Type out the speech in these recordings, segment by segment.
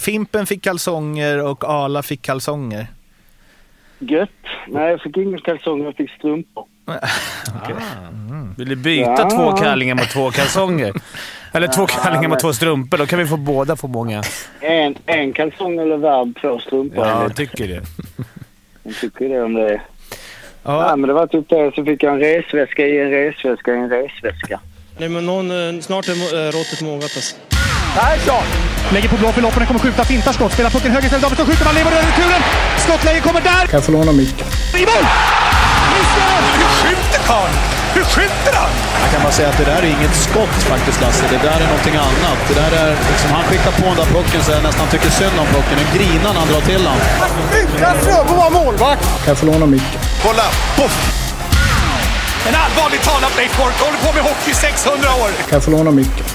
Fimpen fick kalsonger och Ala fick kalsonger. Gött. Nej, jag fick inga kalsonger, jag fick strumpor. Okay. Vill du byta 2 kallingar mot 2 kalsonger? Eller 2 kallingar mot 2 strumpor? Då kan vi få båda få många. En kalsong eller värd 2 strumpor. Ja, jag tycker det. Jag tycker det om det. Ja. Ja, men det var typ det. Så fick jag en resväska i en resväska i en resväska. Nej, men snart är råttet mogat alltså. Persson! Lägger på blå för loppen, kommer skjuta, fintar skott. Spelar pucken höger istället, Davidsson skjuter, man lever över returen. Skottläge kommer där! Kan jag få låna micken? I mål! Hur skjuter karln? Hur skjuter han? Jag kan bara säga att det där är inget skott faktiskt, Lasse. Det där är någonting annat. Det där är liksom, han skickar på den där pucken så jag nästan tycker synd om pucken. En grinan han drar till han. Utan Fröbo var målvakt! Kan jag få låna micken? Kolla! Poff! En allvarligt talat Leif Boork håller på med hockey 600 år! Kan jag få låna micken?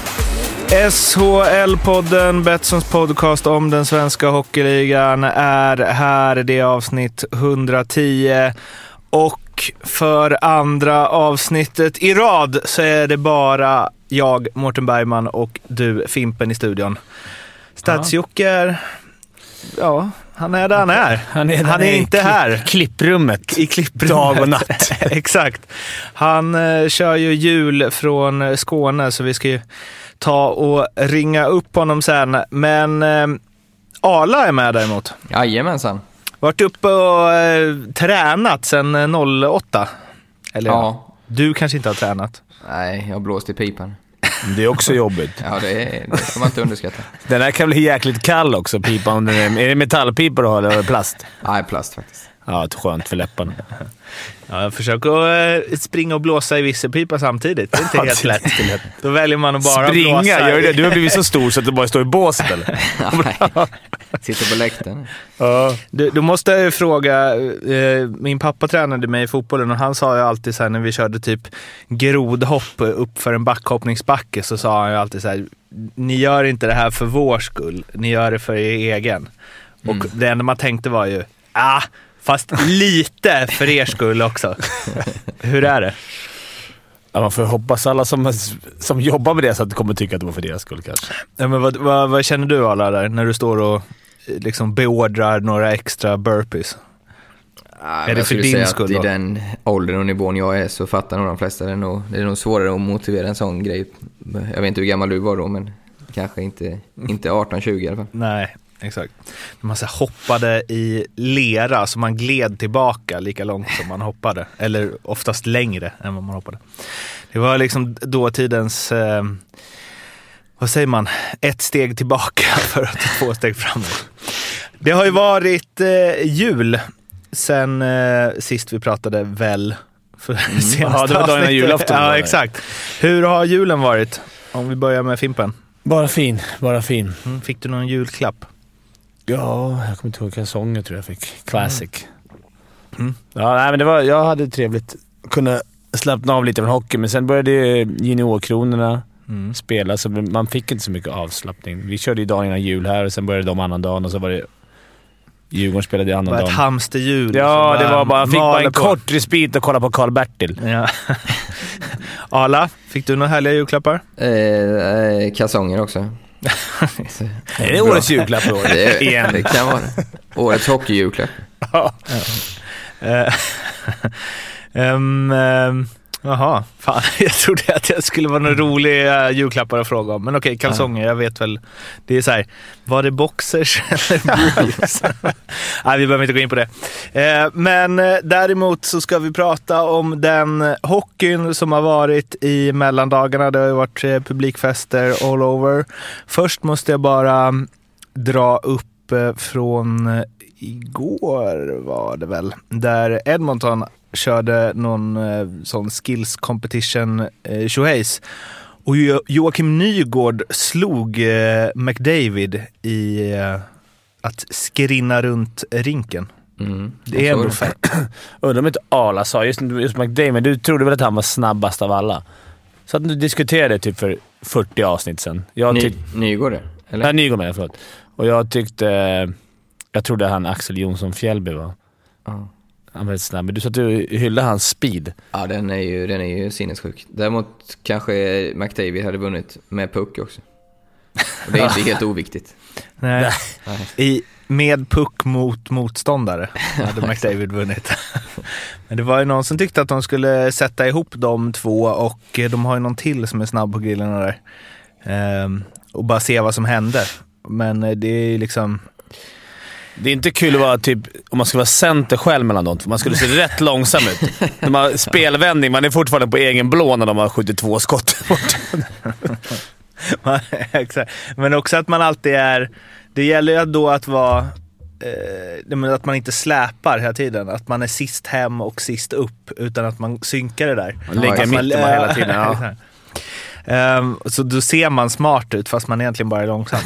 SHL-podden, Betssons podcast om den svenska hockeyligan, är här. Det är avsnitt 110. Och för andra avsnittet i rad så är det bara jag, Mårten Bergman, och du, Fimpen, i studion. Stadsjocke är... Ja, han är där han är. Han är inte här. Klipprummet. I klipprummet. Dag och natt. Exakt. Han kör ju jul från Skåne, så vi ska ju ta och ringa upp honom sen. Men Ala är med däremot. Jajamensan. Varit uppe och tränat sen 08. Eller ja. Du kanske inte har tränat. Nej, jag har blåst i pipan. Det är också jobbigt. Ja, det ska man inte underskatta. Den här kan bli jäkligt kall också, pipan. Är det metallpipa då eller plast? Nej, plast faktiskt. Ja, det är skönt för läpparna. Ja, jag försöker springa och blåsa i visselpipa samtidigt. Det är inte helt lätt. Då väljer man att bara springa, blåsa. Gör det. Du har blivit så stor så att du bara står i båset, eller? Nej, sitter på läktaren. Ja. Du måste ju fråga, min pappa tränade mig i fotbollen och han sa ju alltid så här, när vi körde typ grodhopp upp för en backhoppningsbacke, så sa han ju alltid så här: ni gör inte det här för vår skull, ni gör det för er egen. Och det enda man tänkte var ju, fast lite för er skull också. Hur är det? Ja, man får hoppas alla som jobbar med det så att de kommer tycka att det var för deras skull kanske. Ja, men vad känner du alla där när du står och liksom beordrar några extra burpees? Är det för din skull? I den åldern och nivån jag är så fattar nog de flesta det är nog svårare att motivera en sån grej. Jag vet inte hur gammal du var då, men kanske inte 18-20 i alla fall. Nej, exakt. Man så hoppade i lera så man gled tillbaka lika långt som man hoppade. Eller oftast längre än vad man hoppade. Det var liksom dåtidens... vad säger man? 1 steg tillbaka för att ta 2 steg framåt. Det har ju varit jul sen sist vi pratade väl. Ja, det var dagen innan julafton. Ja, exakt. Hur har julen varit? Om vi börjar med Fimpen. Bara fin. Fick du någon julklapp? Ja, jag kommer inte ihåg kalsonger tror jag fick. Classic. Ja, nej, men jag hade trevligt. Kunna slappna av lite från hockey, men sen började juniorkronorna spela, så man fick inte så mycket avslappning. Vi körde ju dagen innan jul här och sen började de annan dagen och så var det Djurgården spelade i annan dagen. Ett hamsterjul. Ja, det var bara, fick bara en kort respit och kolla på Karl-Bertil. Ja. Ala, fick du några härliga julklappar? Kalsonger också. Är det årets julklapp i år? Det kan vara årets hockeyjulklapp. Ja. Jaha, fan, jag trodde att det skulle vara några roliga julklappar att fråga om. Men okej, kalsonger, jag vet väl. Det är så här, var det boxers eller briefs? Nej, vi behöver inte gå in på det. Men däremot så ska vi prata om den hockeyn som har varit i mellandagarna. Det har ju varit publikfester all over. Först måste jag bara dra upp från igår var det väl, där Edmonton körde någon sån skills competition showcase och Joakim Nygård slog McDavid i att skrinna runt rinken. Det är ändå fett. Undrar om inte Ala sa just McDavid, men du trodde väl att han var snabbast av alla? Så att du diskuterade typ för 40 avsnitt sen. Nygård eller? Nej, Nygård med, förlåt. Och jag trodde han Axel Jonsson Fjällby var. Han var väldigt snabb, men du sa att du hyllade hans speed. Ja, den är ju sinnessjuk. Däremot kanske McDavid hade vunnit med puck också. Och det är inte helt oviktigt. Nej. Med puck mot motståndare hade McDavid vunnit. Men det var ju någon som tyckte att de skulle sätta ihop de två, och de har ju någon till som är snabb på grillarna där. Och bara se vad som händer. Men det är liksom... Det är inte kul att vara typ, om man ska vara center själv mellan dem. Man skulle se rätt långsam ut. De har spelvändning, man är fortfarande på egen blå när de har 72 skott bort. Exakt. Men också att man alltid är... Det gäller ju då att vara... att man inte släpar hela tiden. Att man är sist hem och sist upp, utan att man synkar det där. Man lägger mitten hela tiden, ja. Så då ser man smart ut fast man egentligen bara är långsam.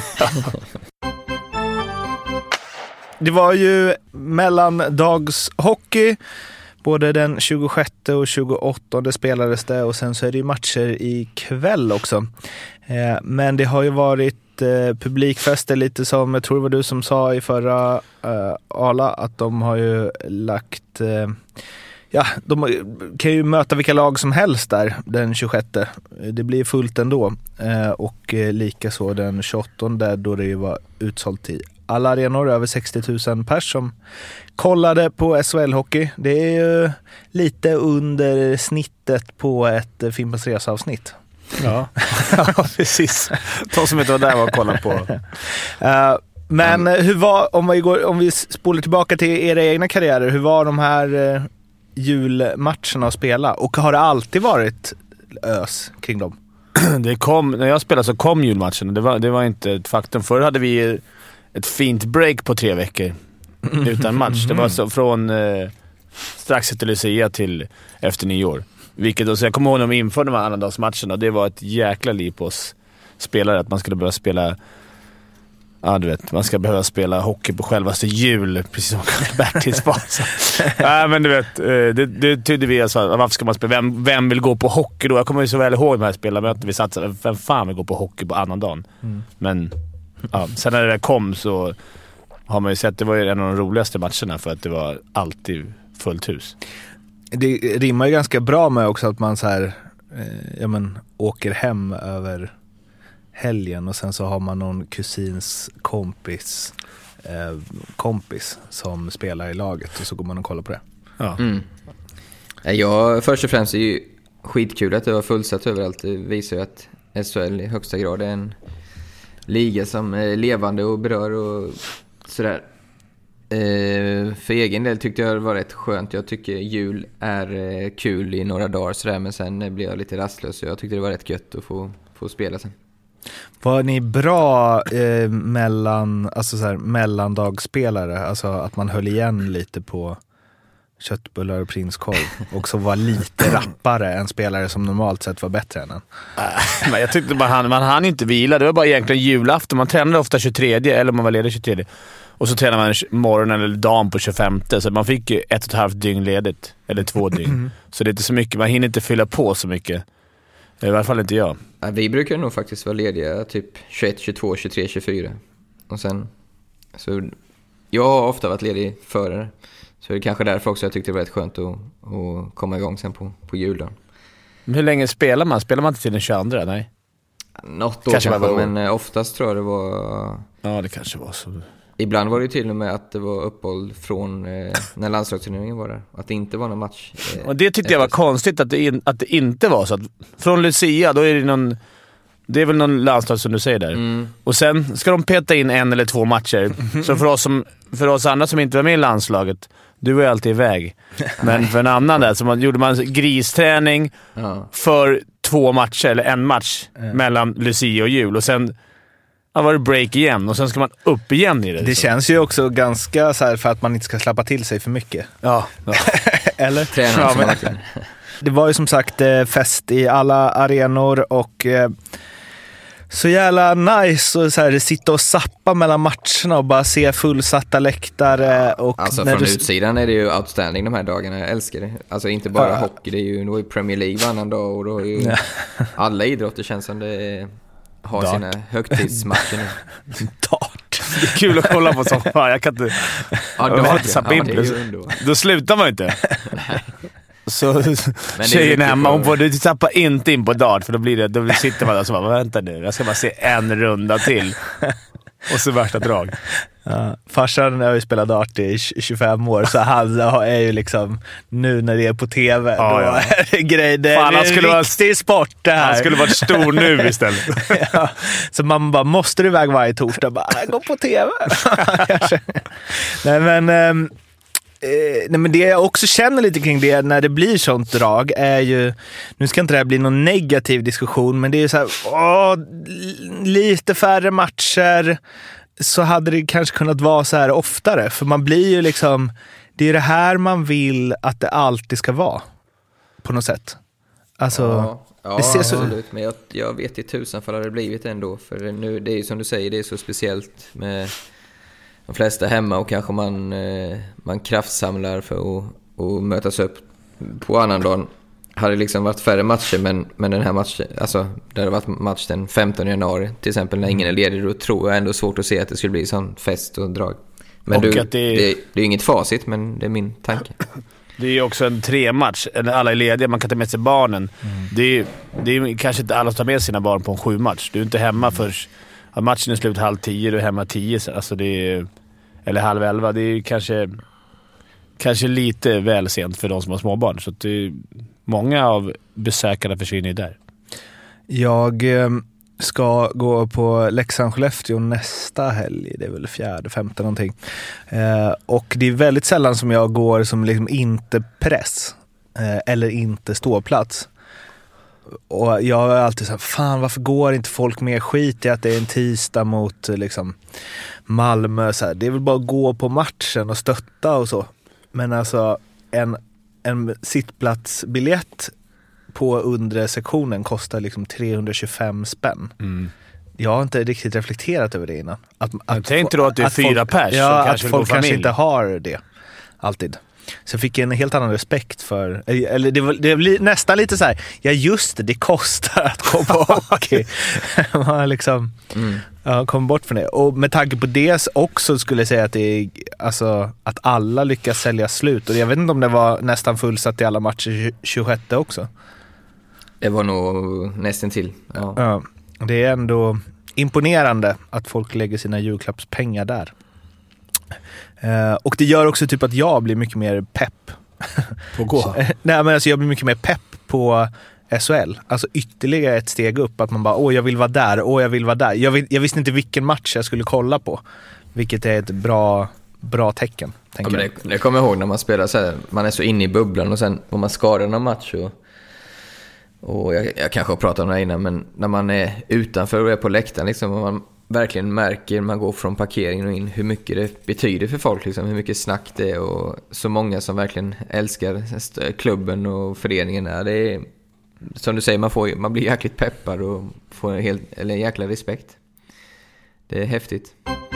Det var ju mellandagshockey. Både den 26 och 28 spelades det, och sen så är det ju matcher ikväll också. Men det har ju varit publikfester, lite som, jag tror det var du som sa i förra Ala, att de har ju lagt... de kan ju möta vilka lag som helst där den 26. Det blir fullt ändå. Och lika så den 28 då det ju var utsålt i alla arenor, över 60 000 pers som kollade på SHL-hockey. Det är ju lite under snittet på ett Fimpens Resa-avsnitt. Ja, precis. De som inte var där var att kolla på. Men hur var, om vi spolar tillbaka till era egna karriärer, hur var de här julmatcherna att spela? Och har det alltid varit ös kring dem? När jag spelade så kom julmatcherna. Det var inte ett faktum. Förr hade vi ett fint break på 3 veckor utan match. Det var så från strax efter Lucia till efter nyår. Vilket då, så jag kommer ihåg när de införde de här annandagsmatcherna, och det var ett jäkla liv på oss spelare att man skulle behöva spela, ja du vet, man ska behöva spela hockey på självaste jul, precis som Bertils bas. Ja, men du vet, det tydde vi alltså, varför ska man spela, vem vill gå på hockey då? Jag kommer ju så väl ihåg de här spelarmöten vi satt, vem fan vill gå på hockey på annandagen? Men ja, sen när det kom så har man ju sett, det var ju en av de roligaste matcherna för att det var alltid fullt hus. Det rimmar ju ganska bra med också att man så här, åker hem över helgen, och sen så har man någon kusins kompis som spelar i laget, och så går man och kollar på det. Ja. Jag först och främst är ju skitkul att det var fullsatt överallt. Det visar ju att SHL i högsta grad är en liga som är levande och berör och sådär. För egen del tyckte jag det var rätt skönt. Jag tycker jul är kul i några dagar sådär, men sen blev jag lite rastlös, så jag tyckte det var rätt gött att få spela sen. Var ni bra mellandagsspelare? Alltså att man höll igen lite på köttbullar och prinskorv, och så var lite rappare än spelare som normalt sett var bättre än en. Men jag tyckte man hann inte vila. Det var bara egentligen julafton. Man tränade ofta 23, eller man var ledig 23. Och så tränade man morgonen eller dagen på 25. Så man fick ju 1,5 dygn ledigt. Eller 2 dygn. Så det är inte så mycket. Man hinner inte fylla på så mycket. I alla fall inte jag. Ja, vi brukar nog faktiskt vara lediga typ 21, 22, 23, 24. Och sen... Så jag har ofta varit ledig före. Så det är kanske därför också jag tyckte det var rätt skönt att komma igång sen på juldagen. Men hur länge spelar man? Spelar man inte till den 22? Nej. Något år kanske, men oftast tror jag det var... Ja, det kanske var så. Ibland var det till och med att det var uppehåll från när landslagsturneringen var där. Att det inte var någon match. Och det tyckte jag var konstigt att det inte var så. Att från Lucia, då är det någon... Det är väl någon landslag som du säger där. Och sen ska de peta in 1 eller 2 matcher. Så för oss andra som inte var med i landslaget, du var ju alltid iväg. Men för en annan där så gjorde man gristräning för 2 matcher eller 1 match mellan Lucia och jul. Och sen var det break igen, och sen ska man upp igen i det. Det känns ju också ganska så här för att man inte ska slappa till sig för mycket. Ja. Eller? Träna det var ju som sagt fest i alla arenor, och så jävla nice och så här, sitta och sappa mellan matcherna och bara se fullsatta läktare. Och alltså från utsidan är det ju outstanding de här dagarna, jag älskar det. Alltså inte bara hockey, det är ju Premier League varannan dag, och då är ju alla idrotter känns som det har sina högtidsmatcher nu. Dart. Det är kul att kolla på sånt. Jag kan inte... Då slutar man inte. så tjejen hemma, hon får du tappa inte in på dart, för då sitter man där och så bara, vänta nu, jag ska bara se en runda till. Och så värsta drag. Ja, farsan har ju spelat dart i 25 år, så han är ju liksom, nu när det är på tv, då är det grej. Det är en riktig sport det här. Han skulle varit stor nu istället. Ja, så man bara, måste du iväg varje torsdag? Bara, gå på tv. Nej, men det jag också känner lite kring det när det blir sånt drag är ju, nu ska inte det här bli någon negativ diskussion, men det är så här, lite färre matcher, så hade det kanske kunnat vara så här oftare, för man blir ju liksom, det är det här man vill att det alltid ska vara på något sätt. Alltså, ja, det ser absolut, men jag vet i tusen fall har det blivit ändå, för nu, det är ju som du säger, det är så speciellt med de flesta hemma, och kanske man kraftsamlar för att mötas upp på annan dagen. Hade liksom varit färre matcher, men den här matchen, alltså det hade varit match den 15 januari till exempel, när ingen är ledig, då tror jag ändå svårt att se att det skulle bli sån fest och drag. Men det är inget facit, men det är min tanke. Det är ju också en 3-match, alla är lediga, man kan ta med sig barnen. Det är kanske inte alla som tar med sina barn på en 7-match. Du är inte hemma för att matchen är slut 9:30, du är hemma 10, alltså det är, eller 10:30. Det är kanske lite väl sent för de som har småbarn, så att det är, många av besökarna försvinner där. Jag ska gå på Leksand-Skellefteå nästa helg, det är väl 4-5 någonting. Och det är väldigt sällan som jag går som liksom inte press eller inte ståplats. Och jag är alltid så här, fan varför går inte folk mer, skit i att det är en tisdag mot liksom Malmö så här. Det är väl bara att gå på matchen och stötta och så. Men alltså en sittplatsbiljett på undre sektionen kostar liksom 325 spänn. Jag har inte riktigt reflekterat över det innan. Jag tänkte då att det är 4 pers. Ja, att folk kanske inte har det alltid. Så jag fick en helt annan respekt för, eller det blir nästan lite så här, ja just det kostar att gå på hockey. Man liksom kom bort från det. Och med tanke på det också skulle jag säga att det är, alltså, att alla lyckas sälja slut. Och jag vet inte om det var nästan fullsatt i alla matcher 26 också. Det var nog nästan till. Ja, det är ändå imponerande att folk lägger sina julklappspengar där. Och det gör också typ att jag blir mycket mer pepp på gå. Nej, men alltså jag blir mycket mer pepp på SHL. Alltså ytterligare ett steg upp, att man bara, jag vill vara där, jag vill vara där. Jag visste inte vilken match jag skulle kolla på, vilket är ett bra tecken, tänker jag. Det kommer jag ihåg när man spelar så här, man är så inne i bubblan, och sen om man skadar någon match och jag kanske har pratat om det innan, men när man är utanför och är på läktaren liksom, och man verkligen märker, man går från parkeringen och in, hur mycket det betyder för folk liksom, hur mycket snack det är, och så många som verkligen älskar klubben och föreningen är. Det är, som du säger, man blir jäkligt peppad och får en jäkla respekt. Det är häftigt.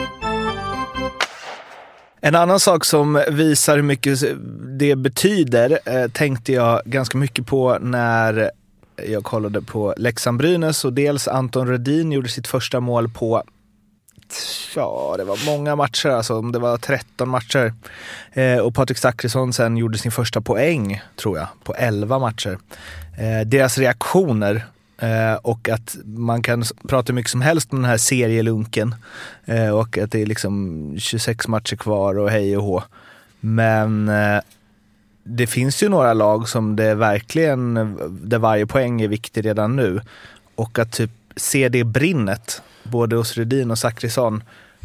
En annan sak som visar hur mycket det betyder tänkte jag ganska mycket på när jag kollade på Leksand-Brynäs, och dels Anton Rödin gjorde sitt första mål på, det var många matcher, alltså det var 13 matcher. Och Patrik Zackrisson sen gjorde sin första poäng, tror jag, på 11 matcher. Deras reaktioner, och att man kan prata mycket som helst om den här serielunken, och att det är liksom 26 matcher kvar och hej och hå. Men det finns ju några lag som det verkligen, där varje poäng är viktig redan nu, och att typ se det brinnet både hos Rödin och Zackrisson,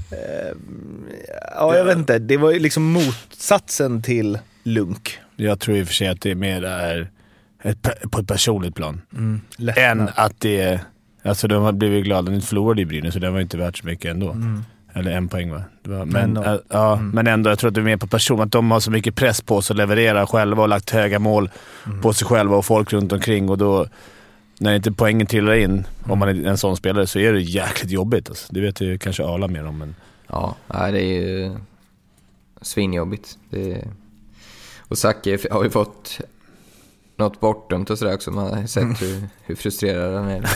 jag vet inte, det var ju liksom motsatsen till lunk. Jag tror i och för sig att det är mer där på ett personligt plan än att det är, alltså de har blivit glada när de förlorade i Brynäs, så det var inte värt så mycket ändå. Eller 1 poäng, va? Men ändå, jag tror att det är mer på person, att de har så mycket press på sig att leverera själva och lagt höga mål på sig själva och folk runt omkring, och då när inte poängen trillar in, om man är en sån spelare, så är det jäkligt jobbigt alltså. Det vet ju kanske Arla mer om, men ja, det är ju svinjobbigt. Och Zacke har ju fått något bortdömt och sådär också. Man har sett hur frustrerad han är.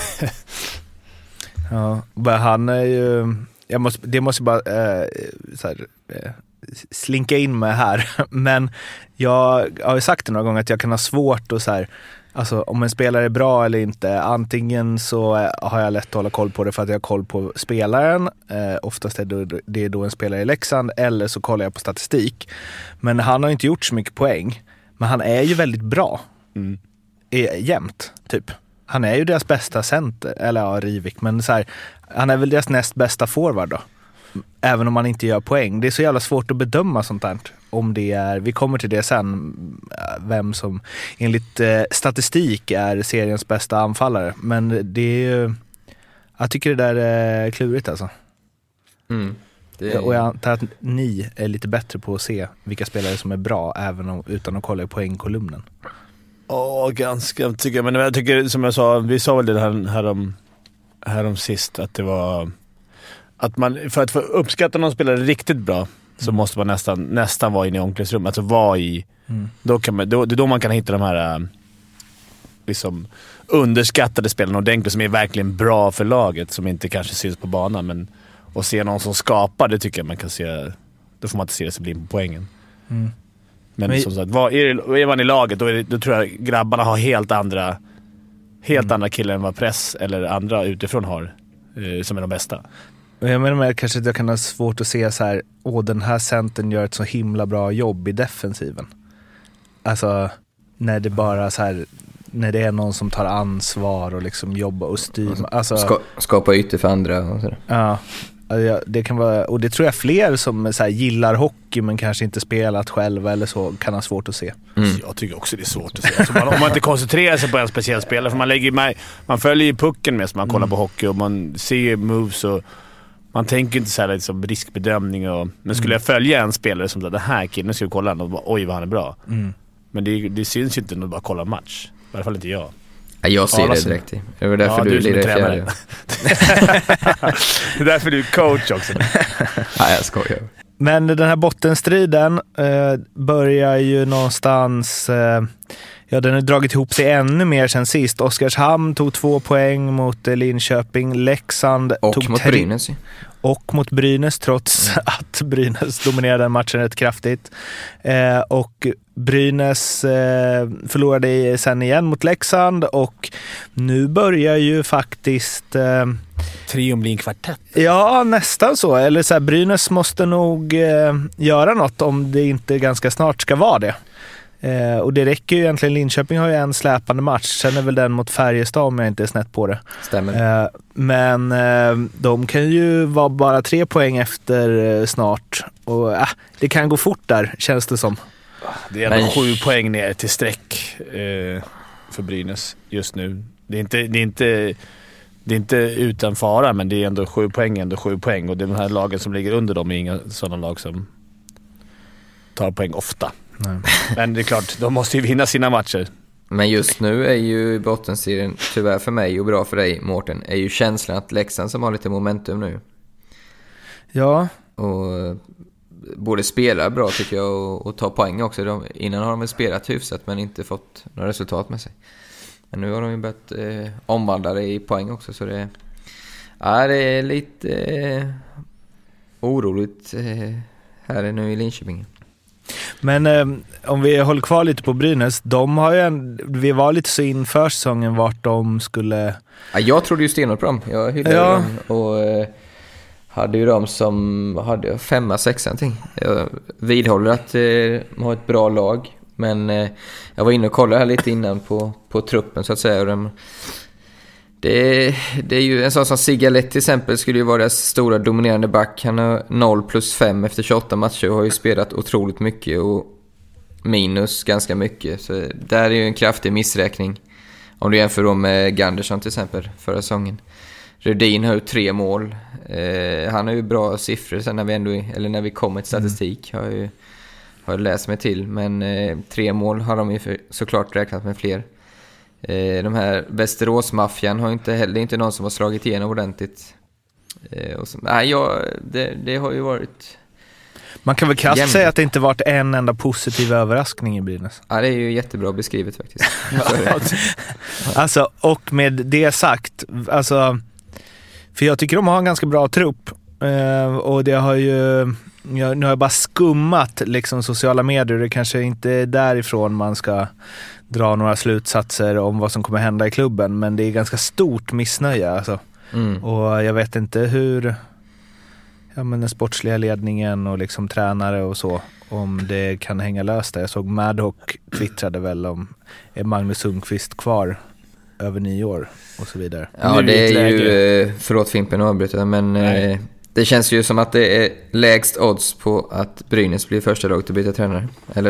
Ja, han är ju, det måste bara slinka in med här. Men jag har ju sagt det några gånger att jag kan ha svårt att så här, alltså om en spelare är bra eller inte. Antingen så har jag lätt att hålla koll på det för att jag har koll på spelaren. Oftast är det då en spelare i Leksand, eller så kollar jag på statistik. Men han har inte gjort så mycket poäng. Men han är ju väldigt bra. Jämt, typ. Han är ju deras bästa center, eller ja, Rivik, men så här, han är väl deras näst bästa forward då. Även om man inte gör poäng. Det är så jävla svårt att bedöma sånt här. Om det är, vi kommer till det sen, vem som enligt statistik är seriens bästa anfallare. Men det är ju, jag tycker det där är klurigt alltså. Och jag antar att ni är lite bättre på att se vilka spelare som är bra utan att kolla i poängkolumnen. Ganska tycker jag. Men jag tycker, som jag sa, vi sa väl det här om sist, att det var att man, för att få uppskatta någon spelare riktigt bra, så måste man nästan vara inne i omklädningsrummet. Alltså vara i, då kan man, det är då man kan hitta de här liksom underskattade spelarna ordentligt, som är verkligen bra för laget, som inte kanske syns på banan, men och se någon som skapar, det tycker jag man kan se. Då får man inte se det så blir på poängen. Men som sagt, är man i laget, då tror jag grabbarna har helt andra killar än vad press eller andra utifrån har, som är de bästa. Jag menar kanske att jag kan ha svårt att se så här, den här centern gör ett så himla bra jobb i defensiven. Alltså när det bara så här, när det är någon som tar ansvar och liksom jobbar och styr, alltså skapa ytor för andra och sådär. Ja. Det kan vara, och det tror jag fler som så här, gillar hockey men kanske inte spelat själva eller så, kan ha svårt att se. Jag tycker också det är svårt att se. Alltså om man inte koncentrerar sig på en speciell spelare, för man följer ju pucken med, så man kollar på hockey och man ser moves och man tänker inte så här liksom riskbedömning men skulle jag följa en spelare som den här killen, skulle jag kolla och bara, oj vad han är bra. Men det syns ju inte när du bara kollar match. I alla fall inte jag. Jag ser det direkt. Det var därför du lirar i fjärde. Det är därför du är coach också. Nej, jag skojar. Men den här bottenstriden börjar ju någonstans... den har dragit ihop sig ännu mer sen sist. Oskarshamn tog 2 poäng mot Linköping. Leksand tog mot Brynäs. Och mot Brynäs, trots att Brynäs dominerade matchen rätt kraftigt. Och Brynäs förlorade sen igen mot Leksand, och nu börjar ju faktiskt... Trion blir en kvartett. Ja, nästan så. Eller så här, Brynäs måste nog göra något om det inte ganska snart ska vara det. Och det räcker ju egentligen. Linköping har ju en släpande match. Sen är väl den mot Färjestad, om jag inte är snett på det. Stämmer. Men de kan ju vara bara 3 poäng efter snart. Och det kan gå fort där, känns det som. Det är ändå 7 poäng ner till streck för Brynäs just nu. Det är inte utan fara, men det är ändå 7 poäng. Och de här lagen som ligger under dem är inga sådana lag som tar poäng ofta. Nej. Men det är klart, de måste ju vinna sina matcher. Men just nu är ju bottenserien, tyvärr för mig och bra för dig, Mårten, är ju känslan att Leksand som har lite momentum nu. Ja. Och både spelar bra tycker jag och tar poäng också. Innan har de väl spelat hyfsat men inte fått några resultat med sig. Men nu har de ju börjat omvandla det i poäng också, så det är lite oroligt här nu i Linköping. Men om vi håller kvar lite på Brynäs, de har ju vi var lite så inför säsongen vart de skulle... Ja, jag trodde ju stenhårt på dem. Jag hyllade dem och hade ju dem som hade 5-6 någonting. Jag vidhåller att de har ett bra lag, men jag var inne och kollade här lite innan på truppen så att säga, och det är ju en sån som Sigalet till exempel skulle ju vara deras stora dominerande back. Han har 0+5 efter 28 matcher och har ju spelat otroligt mycket och minus ganska mycket. Så där är ju en kraftig missräkning om du jämför då med Gandersson till exempel förra säsongen. Rudin har ju 3 mål. Han har ju bra siffror sen när vi kommer till statistik har jag läst mig till. Men 3 mål har de ju såklart räknat med fler. De här Västerås-maffian har inte heller inte någon som har slagit igenom ordentligt. Det har ju varit... Man kan väl krasst säga att det inte varit en enda positiv överraskning i Brynäs. Ja, det är ju jättebra beskrivet faktiskt. Alltså, och med det sagt, alltså, för jag tycker de har en ganska bra trupp. Och det har ju nu har jag bara skummat liksom sociala medier. Det kanske inte är därifrån man ska dra några slutsatser om vad som kommer hända i klubben, men det är ganska stort missnöje alltså. Och jag vet inte hur den sportsliga ledningen och liksom tränare och så, om det kan hänga löst där. Jag såg Madhawk twittrade väl om är Magnus Sundqvist kvar över 9 år och så vidare. Ja, det är ju, förlåt Fimpen avbryter, men det känns ju som att det är lägst odds på att Brynäs blir första lag till att byta tränare, eller?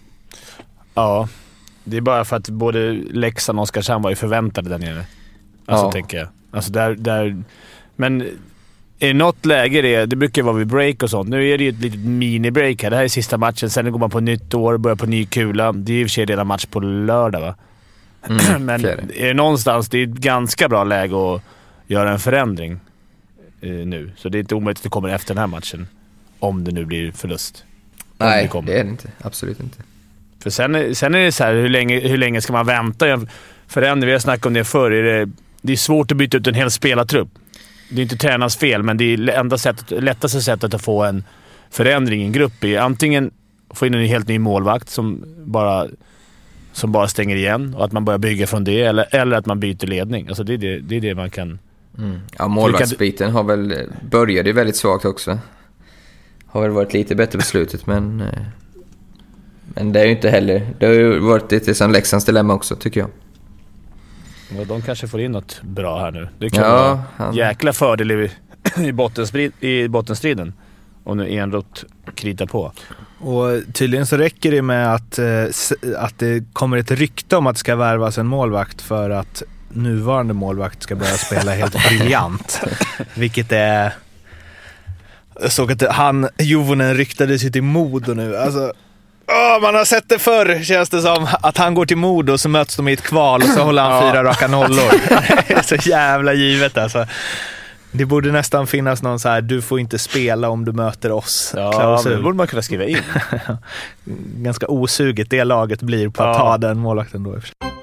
Ja, det är bara för att både Leksand och Oskarshamn var ju förväntade där nere. Alltså tänker jag. Alltså där, men är det något läge det brukar vara vid break och sånt. Nu är det ju ett litet mini-break här. Det här är sista matchen. Sen går man på nytt år och börjar på ny kula. Det är ju i och för sig redan match på lördag, va? Men är det någonstans, det är ett ganska bra läge att göra en förändring nu. Så det är inte omöjligt att det kommer efter den här matchen. Om det nu blir förlust. Nej, det är det inte. Absolut inte. För sen är det så här, hur länge ska man vänta? Förändring, vi har snackat om det förr. Det är svårt att byta ut en hel spelartrupp. Det är inte tränarens fel, men det är lättaste sättet att få en förändring i en grupp i. Antingen få in en helt ny målvakt som bara stänger igen och att man börjar bygga från det, eller att man byter ledning. Alltså det är det man kan... Ja, målvaktsbiten har väl började väldigt svagt också. Har väl varit lite bättre på slutet, men det är ju inte heller. Det har ju varit lite som Leksands dilemma också, tycker jag. Ja, de kanske får in något bra här nu. Det kan vara jäkla fördel i bottenstriden om nu Enroth kritar på. Och tydligen så räcker det med att det kommer ett rykte om att det ska värvas en målvakt för att nuvarande målvakt ska börja spela helt briljant. Vilket är... Jag såg att Juvonen ryktades ju till Modo nu. Alltså... man har sett det förr, känns det som, att han går till Modo och så möts de i ett kval och så håller han 4 raka nollor. Det är så jävla givet alltså. Det borde nästan finnas någon så här, du får inte spela om du möter oss. Ja, det borde man kunna skriva in. Ganska osuget det laget blir på att ta den målvakten då.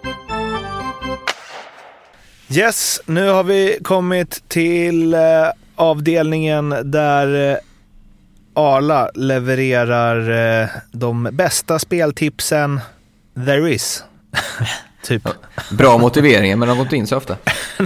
Yes, nu har vi kommit till avdelningen där Arla levererar de bästa speltipsen there is. Typ. Bra motiveringar, men de har gått in så ofta.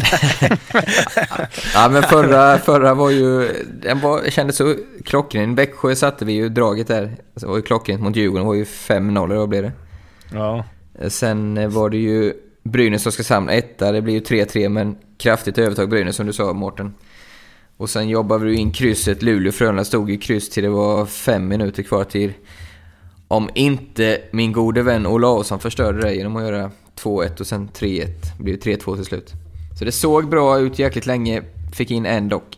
Ja, men förra var ju... kändes så klockren. Växjö satte vi ju draget där. Det var ju klockren mot Djurgården. Det var ju 5-0, vad blev det? Ja. Sen var det ju Brynäs och Oskarshamn 1. Det blir ju 3-3, men kraftigt övertag Brynäs, som du sa, Mårten. Och sen jobbade vi in krysset. Luleå-Frölunda stod i kryss till det var 5 minuter kvar till. Om inte min gode vän Olausson förstörde det genom att göra 2-1 och sen 3-1. Blir det 3-2 till slut. Så det såg bra ut jäkligt länge. Fick in en dock.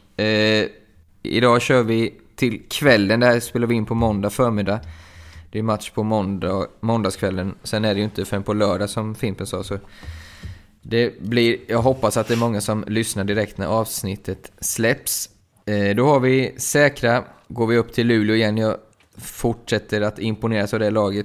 Idag kör vi till kvällen. Där spelar vi in på måndag förmiddag. Det är match på måndagskvällen. Sen är det ju inte förrän på lördag, som Fimpen sa. Så det blir, jag hoppas att det är många som lyssnar direkt när avsnittet släpps. Då har vi säkra. Går vi upp till Luleå igen. Jag fortsätter att imponeras av det laget.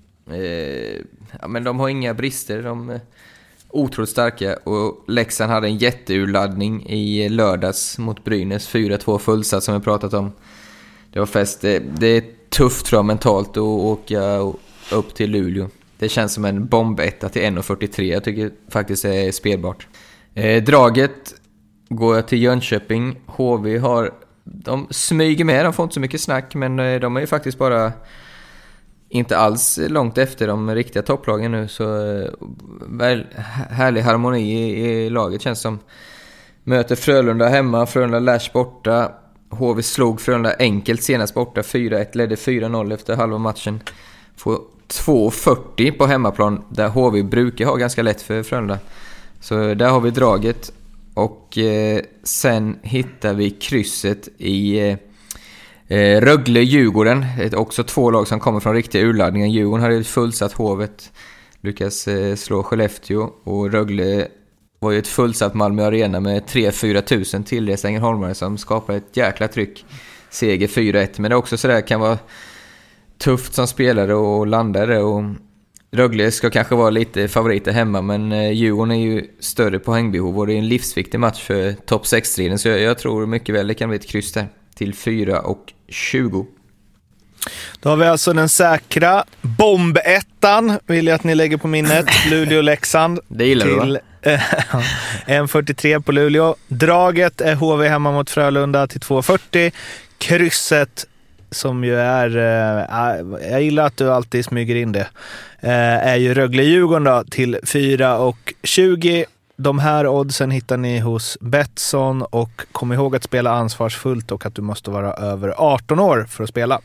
Men de har inga brister. De är otroligt starka. Och Leksand hade en jätteurladdning i lördags mot Brynäs. 4-2 fullsatt som vi pratat om. Det var fest. Det är tufft, tror jag, mentalt att åka upp till Luleå. Det känns som en bombetta till 1,43. Jag tycker faktiskt det är spelbart. Draget går jag till Jönköping. HV de smyger med. De får inte så mycket snack, men de är ju faktiskt bara inte alls långt efter de riktiga topplagen nu. Så väl härlig harmoni i laget, känns som. Möter Frölunda hemma, Frölunda Lash borta. HV slog Frölunda enkelt senast borta 4-1, ledde 4-0 efter halva matchen. Får 2,40 på hemmaplan, där HV brukar ha ganska lätt för Frölunda. Så där har vi draget. Och sen hittar vi krysset i Rögle-Djurgården. Det är också 2 lag som kommer från riktiga urladdningar. Djurgården hade ett fullsatt Hovet, lyckas slå Skellefteå. Och Rögle var ju ett fullsatt Malmö Arena med 3-4 tusen tillresta Ängelholmare som skapar ett jäkla tryck. Seger 4-1. Men det är också sådär, kan vara tufft som spelare och landare. Och Rögle ska kanske vara lite favoriter hemma, men Djurgården är ju större poängbehov och det är en livsviktig match för topp 6-striden. Så jag tror mycket väl det kan bli ett kryss där till 4,20. Då har vi alltså den säkra bombettan, vill jag att ni lägger på minnet. Luleå-Leksand. Det gillar du, va? 1,43 på Luleå. Draget är HV hemma mot Frölunda till 2,40. Krysset, som ju är... jag gillar att du alltid smyger in det. Är ju Rögle-Djurgården då, till 4,20. De här oddsen hittar ni hos Betsson, och kom ihåg att spela ansvarsfullt och att du måste vara över 18 år för att spela.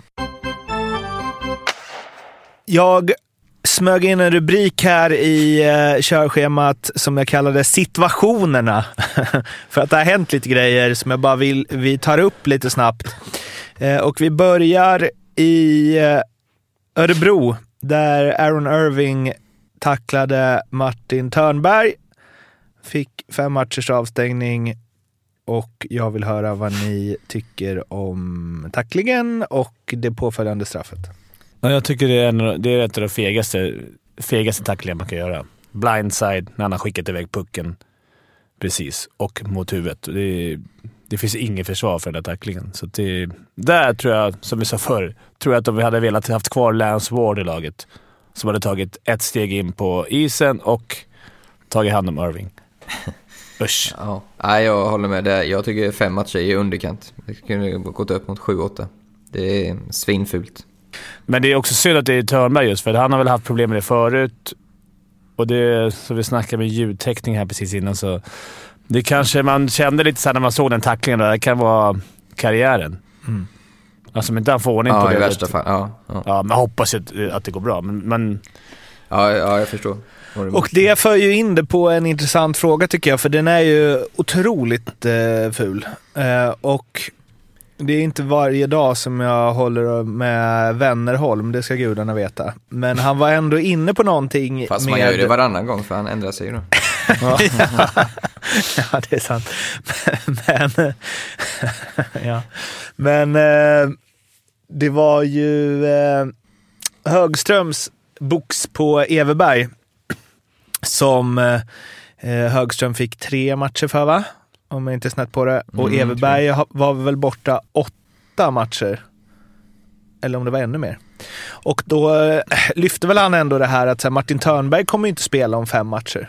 Jag smög in en rubrik här i körschemat som jag kallade situationerna. För att det har hänt lite grejer som jag bara vi tar upp lite snabbt. Och vi börjar i Örebro, där Aaron Irving tacklade Martin Törnberg. Fick 5 matchers avstängning, och jag vill höra vad ni tycker om tacklingen och det påföljande straffet. Ja, jag tycker det är ett av de fegaste tacklingar man kan göra. Blindside, när han har skickat iväg pucken precis, och mot huvudet. Det finns ingen försvar för den där tacklingen. Så där tror jag, som vi sa förr, tror jag att om vi hade velat haft kvar Lance Ward i laget, som hade tagit ett steg in på isen och tagit hand om Irving. Usch. Ja, jag håller med där. Jag tycker 5 matcher är underkant. Det kunde gått upp mot 7-8. Det är svinfult. Men det är också synd att det är Törnberg, just för han har väl haft problem med det förut. Och det, så vi snackade med ljudtäckning här precis innan, så det kanske man kände lite så när man såg den tacklingen. Det kan vara karriären. Mm. Alltså, men inte han får ordning på det. Ja, i värsta fall. Ja, men hoppas att det går bra. Men... Ja, jag förstår. Och det för ju in det på en intressant fråga, tycker jag, för den är ju otroligt ful. Och det är inte varje dag som jag håller med Wennerholm, det ska gudarna veta. Men han var ändå inne på någonting. Fast man gör ju det varannan gång, för han ändrar sig ju då. Ja, det är sant. Men det var ju Högströms box på Everberg som Högström fick 3 matcher för, va? Om jag inte är snett på det. Och Everberg var väl borta 8 matcher. Eller om det var ännu mer. Och då lyfte väl han ändå det här att så här, Martin Törnberg kommer inte spela om 5 matcher.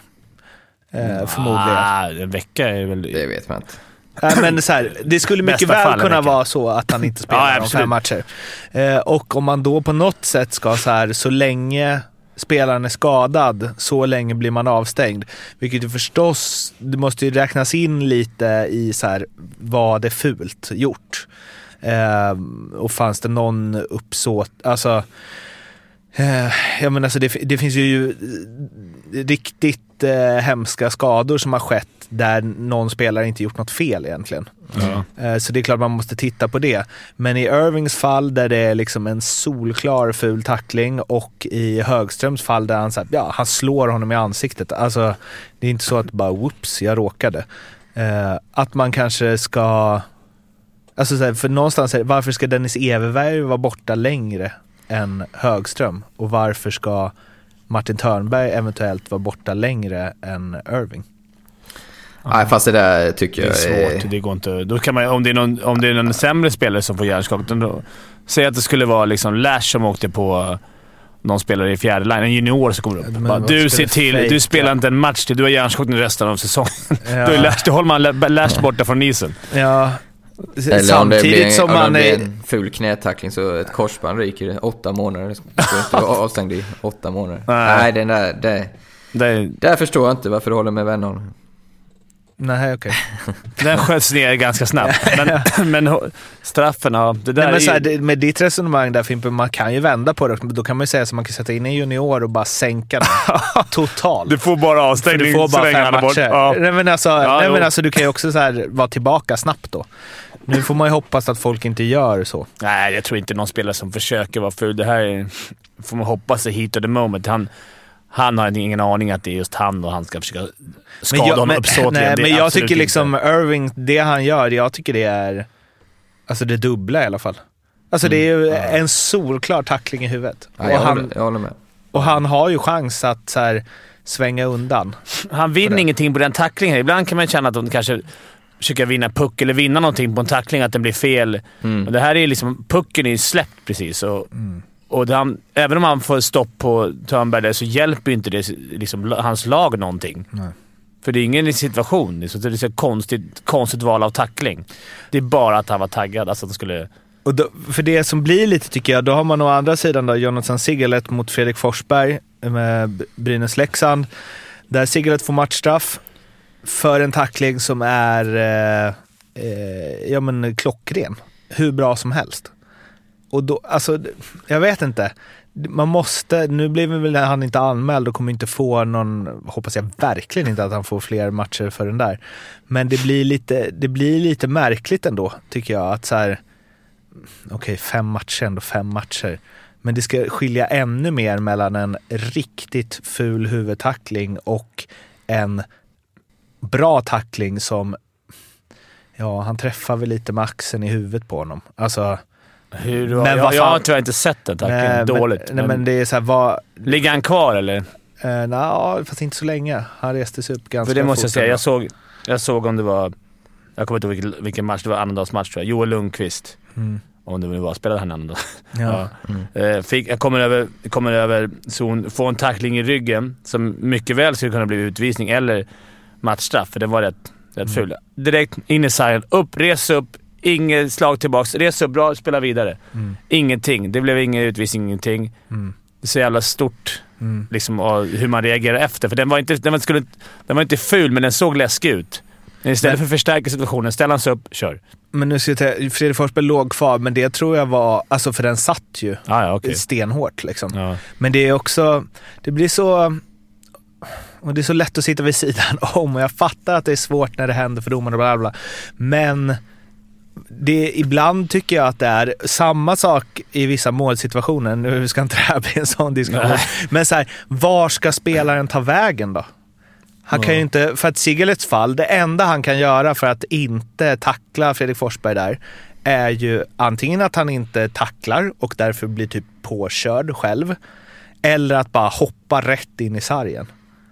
Förmodligen. En vecka är väl... Det vet man inte. Men så här, det skulle mycket väl kunna vara så att han inte spelar om 5 matcher. Och om man då på något sätt ska så här, så länge spelaren är skadad, så länge blir man avstängd. Vilket ju förstås, det måste ju räknas in lite i så här, vad det fult gjort. Och fanns det någon uppsåt, alltså jag menar, alltså det finns ju riktigt hemska skador som har skett där någon spelare inte gjort något fel egentligen. Så det är klart man måste titta på det. Men i Irvings fall där det är liksom en solklar ful tackling, och i Högströms fall där han, så här, han slår honom i ansiktet. Alltså det är inte så att bara whoops, jag råkade. Att man kanske ska, alltså så här, för någonstans varför ska Dennis Everberg vara borta längre än Högström, och varför ska Martin Törnberg eventuellt vara borta längre än Irving? Nej, fast det där tycker jag är svårt. Det går inte. Då kan man, om det är någon sämre spelare som får hjärnskakning, då säg att det skulle vara liksom Lash som åkte på någon spelare i fjärde line, en junior som kommer upp. Du ser till, du spelar inte en match till, du har hjärnskakning resten av säsongen. Ja. Då håller man Lash borta från isen. Ja. Eller samtidigt som man är en ful knätackling, så ett korsband ryker 8 månader. Det ska inte vara avstängd i 8 månader. Nej, den där förstår jag inte varför du håller med vänner. Nej, okej. Den sköts ner ganska snabbt. Men straffen, ja. Det där. Nej, men så här, med ditt resonemang där, Fimpen, man kan ju vända på det. Då kan man ju säga att man kan sätta in en junior och bara sänka den totalt. Du får bara avstängning. Du får bara 5 matcher. Ja. Nej, men alltså, du kan ju också så här, vara tillbaka snabbt då. Nu får man ju hoppas att folk inte gör så. Nej, jag tror inte någon spelare som försöker vara ful. Det här får man hoppas är hit of the moment. Han har ingen aning att det är just han, och han ska försöka skada honom uppsåtligen. Men jag tycker liksom Irving, det han gör, jag tycker det är alltså det dubbla i alla fall. Alltså det är ju en solklar tackling i huvudet. Ja, jag håller med. Och han har ju chans att så här svänga undan. Han vinner ingenting på den tacklingen. Ibland kan man känna att de kanske försöka vinna puck eller vinna någonting på en tackling, att den blir fel. Och det här är liksom, pucken är släppt precis. Och även om han får stopp på Törnberg där, så hjälper ju inte det liksom hans lag någonting. Nej. För det är ingen situation. Det är så konstigt val av tackling. Det är bara att han var taggad. Alltså att han skulle... Och då, för det som blir lite, tycker jag, då har man å andra sidan då Jonathan Sigalet mot Fredrik Forsberg med Brynäs Leksand. Där Sigalet får matchstraff för en tackling som är klockren. Hur bra som helst. Och då, alltså, jag vet inte. Man måste, nu blir väl han inte anmäld och kommer inte få någon, hoppas jag verkligen inte att han får fler matcher för den där. Men det blir lite märkligt ändå, tycker jag, att så här, okej, 5 matcher ändå, 5 matcher. Men det ska skilja ännu mer mellan en riktigt ful huvudtackling och en bra tackling som, ja, han träffar väl lite med axeln i huvudet på honom. Alltså, men jag har tyvärr inte sett det tackling dåligt. Men det är så här, ligger han kvar eller? Nej, fast inte så länge. Han reste sig upp ganska fort. För det måste jag säga. Jag såg om det var, jag kommer inte ihåg vilken match det var, annandagsmatch tror jag. Joel Lundqvist. Om det var, spelade han annandag. Ja. Jag kommer över zon, få en tackling i ryggen som mycket väl skulle kunna bli utvisning eller matchstraff, för den var rätt ful. Direkt in i sargen, res upp, inget slag tillbaks, res upp, bra, spela vidare. Ingenting, det blev ingen utvisning, ingenting. Det är så jävla stort liksom, hur man reagerar efter, för den var inte ful, men den såg läskig ut. Istället för att förstärka situationen, ställa sig upp, kör. Men nu ska jag säga, Fredrik Forsberg låg kvar, men det tror jag var, alltså för den satt ju stenhårt liksom. Ja. Men det är också, det blir så, och det är så lätt att sitta vid sidan om, och jag fattar att det är svårt när det händer för domarna och bla bla. Men ibland tycker jag att det är samma sak i vissa målsituationer. Nu ska inte det här bli en sån diskussion. Nej. Men så här, var ska spelaren ta vägen då? Han kan ju inte, för att Sigalets fall, det enda han kan göra för att inte tackla Fredrik Forsberg där är ju antingen att han inte tacklar och därför blir typ påkörd själv, eller att bara hoppa rätt in i sargen.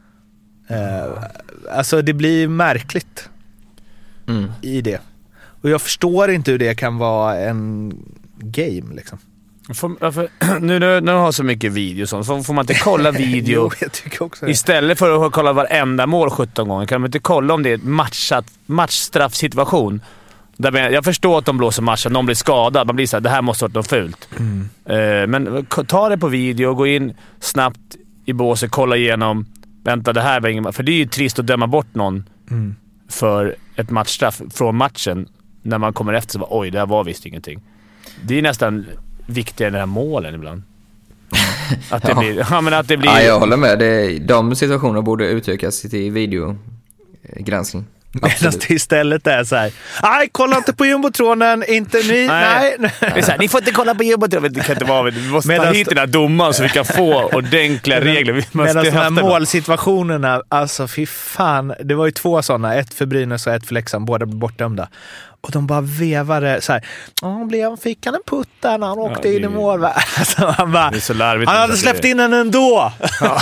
Alltså det blir märkligt i det. Och jag förstår inte hur det kan vara en game liksom. Nu när du har så mycket video så får man inte kolla video. Jo, jag tycker också det. Istället för att kolla varenda mål 17 gånger kan man inte kolla om det är ett matchstraffsituation. Jag förstår att de blåser matchen, någon blir skadad, man blir så här, det här måste vara något fult. Men ta det på video, gå in snabbt i båset, kolla igenom, vänta, det här var ingen, för det är ju trist att döma bort någon för ett matchstraff från matchen när man kommer efter så bara, oj, det här var visst ingenting. Det är nästan viktigare än den här målen ibland. Att det blir... Ja, jag håller med. De situationerna borde utökas till videogranskning. Medan det istället är så här: nej, kolla inte på jumbotronen, inte ni, nej. Det är så här, ni får inte kolla på jumbotronen, det kan inte vara, vi måste ta hit den här domaren så vi kan få ordentliga regler. Medan de här målsituationerna, alltså fy fan, det var ju 2 sådana, ett för Brynäs och ett för Leksand, båda blev bortdömda. Och de bara vevade så här, fick han en putt där när han åkte in i mål. Alltså, han hade släppt in den ändå.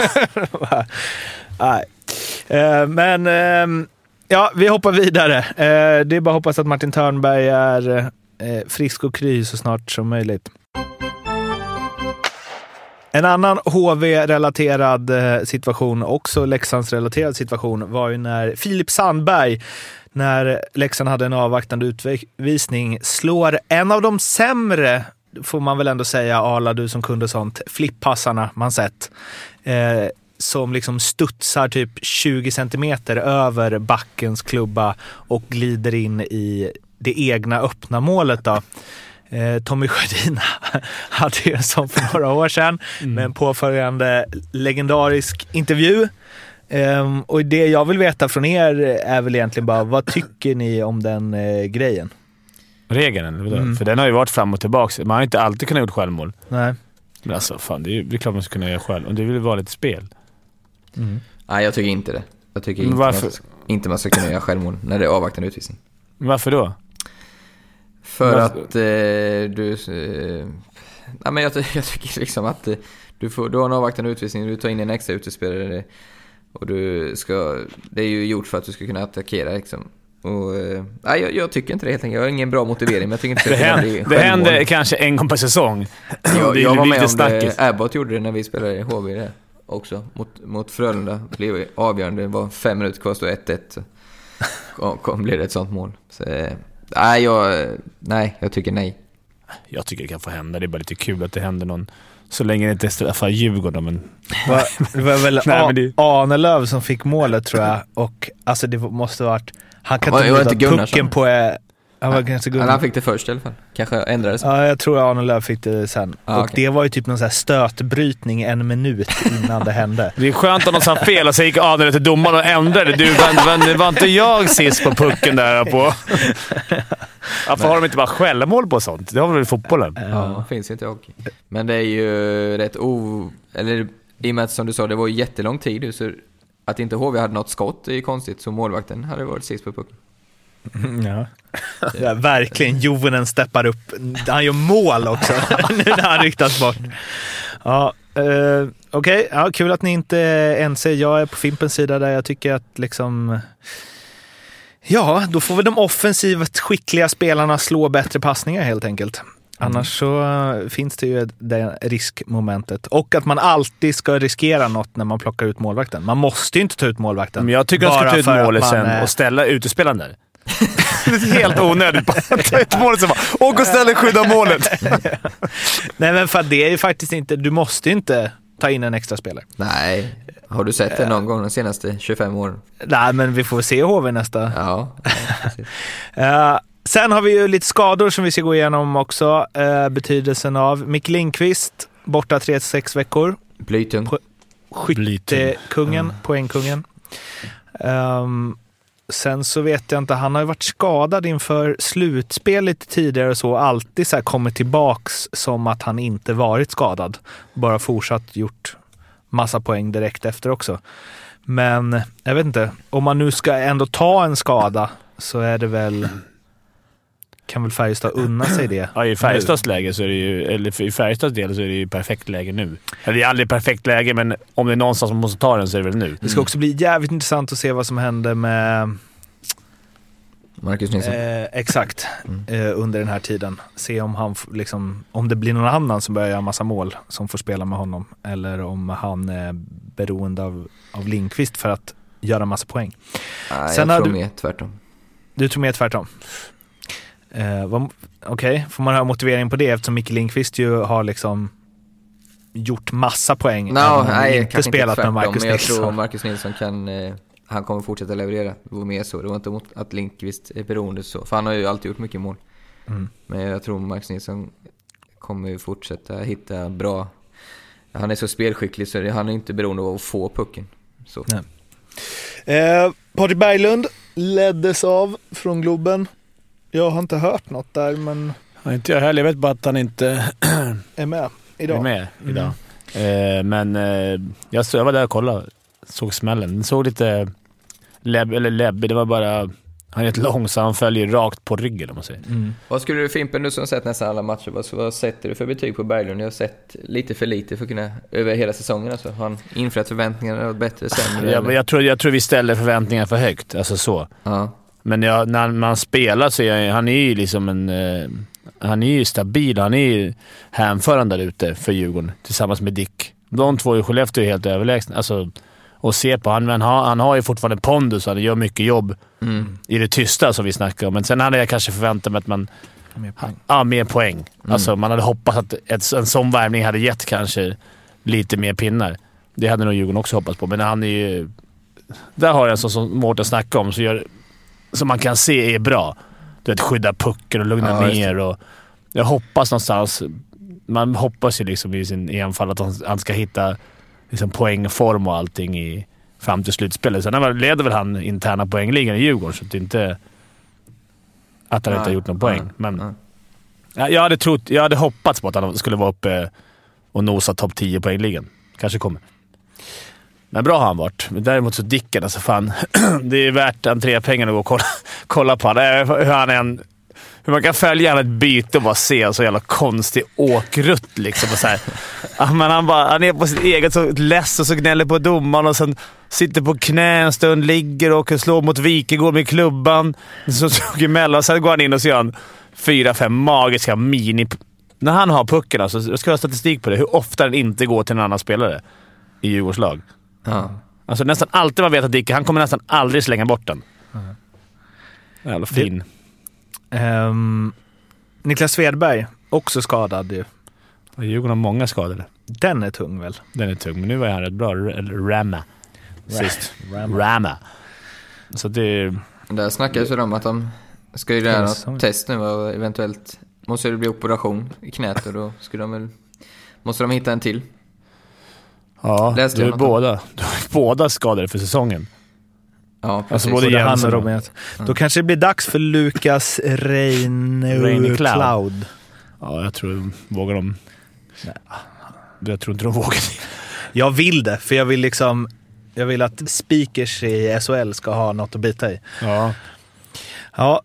Ja. Men ja, vi hoppar vidare. Det är bara att hoppas att Martin Törnberg är frisk och kry så snart som möjligt. En annan HV-relaterad situation, också Leksands-relaterad situation, var ju när Filip Sandberg, när Leksand hade en avvaktande utvisning, slår en av de sämre, får man väl ändå säga, Arla, du som kunde sånt, flippassarna man sett, som liksom studsar typ 20 centimeter över backens klubba och glider in i det egna öppna målet då. Tommy Sjödin hade ju en sån för några år sedan med en påföljande legendarisk intervju. Och det jag vill veta från er är väl egentligen bara, vad tycker ni om den grejen? Regeln, för den har ju varit fram och tillbaka. Man har inte alltid kunnat gjort självmål. Nej. Men alltså, fan, det är klart man ska kunna göra själv. Och det vill vara lite spel. Nej, jag tycker inte det. Jag tycker inte man ska kunna göra självmål när det är avvaktande utvisning. Varför då? För att men jag tycker liksom att du har en avvaktande utvisning, du tar in en extra utespelare och det är ju gjort för att du ska kunna attackera liksom. Och, jag tycker inte det helt enkelt. Jag har ingen bra motivering, men jag tycker inte det händer kanske en gång per säsong. Jag var med om det. Abbott gjorde det när vi spelade i HV det också. Mot Frölunda blev avgörande. Det var 5 minuter kvar, stod 1-1. Blev det ett sånt mål. Så, jag tycker nej. Jag tycker det kan få hända. Det är bara lite kul att det händer någon. Så länge det inte är straffar Djurgården. Men... Det var väl Ahnelöv som fick målet, tror jag. Och alltså det måste ha varit... Han kan inte pucken på... Han fick det först i alla fall. Kanske ändrades. Ja, jag tror Ahnelöv fick det sen. Och okay. Det var ju typ någon så här stötbrytning 1 minut innan det hände. Det är skönt att de sa fel och så gick Ahnelöv till domaren och ändrade. Det var inte jag sist på pucken där på. Varför har de inte bara självmål på sånt? Det har väl i fotbollen? Ja, finns inte hockey. Men det är ju rätt eller i och med att, som du sa, det var jättelång tid. Så att inte HV hade något skott är konstigt. Så målvakten hade varit sist på pucken. Ja, verkligen. Jovenen steppar upp. Han gör mål också nu när han ryktas bort. Ja, okej. Ja, kul att ni inte är ense. Jag är på Fimpens sida där jag tycker att liksom... Ja, då får väl de offensivt skickliga spelarna slå bättre passningar helt enkelt. Annars så finns det ju det riskmomentet. Och att man alltid ska riskera något när man plockar ut målvakten. Man måste ju inte ta ut målvakten. Men jag tycker att man ska ta ut målet sen och ställa utespelaren där. Det är helt onödigt. Bara ta ut målet sen bara, och ställa skydda målet. Nej, men för det är ju faktiskt inte... Du måste inte ta in en extra spelare. Nej. Har du sett det någon gång de senaste 25 åren? Nej, men vi får se HV nästa. Ja, precis. Sen har vi ju lite skador som vi ska gå igenom också. Betydelsen av Micke Lindqvist, borta 3-6 veckor. Blytung. Skyttekungen, poängkungen. Sen så vet jag inte, han har ju varit skadad inför slutspel lite tidigare och så, alltid så här kommit tillbaks som att han inte varit skadad. Bara fortsatt gjort massa poäng direkt efter också. Men jag vet inte, om man nu ska ändå ta en skada så är det väl... Kan väl Färjestad unna sig det? Ja, i Färjestads läge så är det ju, eller i Färjestads del så är det ju perfekt läge nu. Eller det är aldrig perfekt läge, men om det är någonstans som måste ta den så är det väl nu. Det ska också bli jävligt intressant att se vad som händer med Marcus Nilsson. Exakt. Under den här tiden. Se om han liksom, om det blir någon annan som börjar göra massa mål som får spela med honom, eller om han är beroende av Lindqvist för att göra massa poäng. Nej, sen jag tror mer tvärtom. Du tror mer tvärtom? Okej, får man ha motivering på det eftersom Micke Lindqvist ju har liksom gjort massa poäng. Nej, inte spelat med Marcus men jag Nilsson. tror Marcus Nilsson han kommer fortsätta leverera. Det var mer så. Det var inte mot att Lindqvist är beroende så. För han har ju alltid gjort mycket mål. Men jag tror Marcus Nilsson kommer ju fortsätta hitta bra. Han är så spelskicklig så han är inte beroende av att få pucken. Så. Patrik Berglund leddes av från Globen. Jag har inte hört något där, men... Ja, inte jag heller. Jag vet bara att han inte är med idag. Men jag var där och kollade. Såg smällen. Den såg lite läbbig. Det var bara... Han är ett lång så han följer rakt på ryggen om man säger. Vad skulle du Fimpen, du som sett nästan alla matcher, vad sätter du för betyg på Berglund? Jag har sett lite för lite för att kunna över hela säsongen. Alltså. Har han infriat förväntningarna och bättre, sämre? Jag tror vi ställer förväntningarna för högt. Alltså så. Ja. Men när man spelar så är han är ju liksom han är ju stabil. Han är ju hänförande där ute för Djurgården tillsammans med Dick. De två i Skellefteå är helt överlägsna. Alltså, och se på han har ju fortfarande pondus. Han gör mycket jobb i det tysta som vi snackar om. Men sen hade jag kanske förväntat mig att man... Mer poäng. Alltså, man hade hoppats att en sån värvning hade gett kanske lite mer pinnar. Det hade nog Djurgården också hoppats på. Men han är ju... Där har jag en sån som Mårten snackar om som man kan se är bra. Du vet, skydda pucken och lugna ner. Och jag hoppas någonstans... Man hoppas ju liksom i sin enfall att han ska hitta liksom poängform och allting fram till slutspelet. Sen leder väl han interna poängligan i Djurgården, så det är inte att han inte har gjort någon poäng. Men jag hade hoppats på att han skulle vara uppe och nosa topp 10 poängligan. Kanske kommer. Men bra har han varit. Men däremot så Dicken, alltså fan. Det är värt entrépengarna att gå och kolla på han. hur man kan följa ett byte och bara se en så jävla konstig åkrutt liksom. Och så här. Men han är på sitt eget så less och så gnäller på domaren och sen sitter på knä en stund, ligger och slår mot Wikegård med klubban. Så tog emellan och sen går han in och så gör han 4-5 magiska mini... När han har pucken alltså, jag ska ha statistik på det, hur ofta den inte går till en annan spelare i Djurgårdslag. Alltså nästan alltid man vet att Dicke, han kommer nästan aldrig slänga bort den. Jävla fin. Niklas Svedberg, också skadad ju. Djurgården har många skadade. Den är tung väl? Den är tung, men nu var han rätt bra. Rama. Sist. Rama. Så det... Där snackades det om att de ska ju göra något test nu och eventuellt måste det bli operation i knät och då måste de hitta en till. Ja, du är båda skadade för säsongen. Ja, precis. Alltså både han och Robin. Då kanske det blir dags för Lukas Raincloud. Ja, jag tror vågar de. Nej. Jag tror inte de vågar. Jag vill det, för jag vill att speakers i SHL ska ha något att bita i. Ja,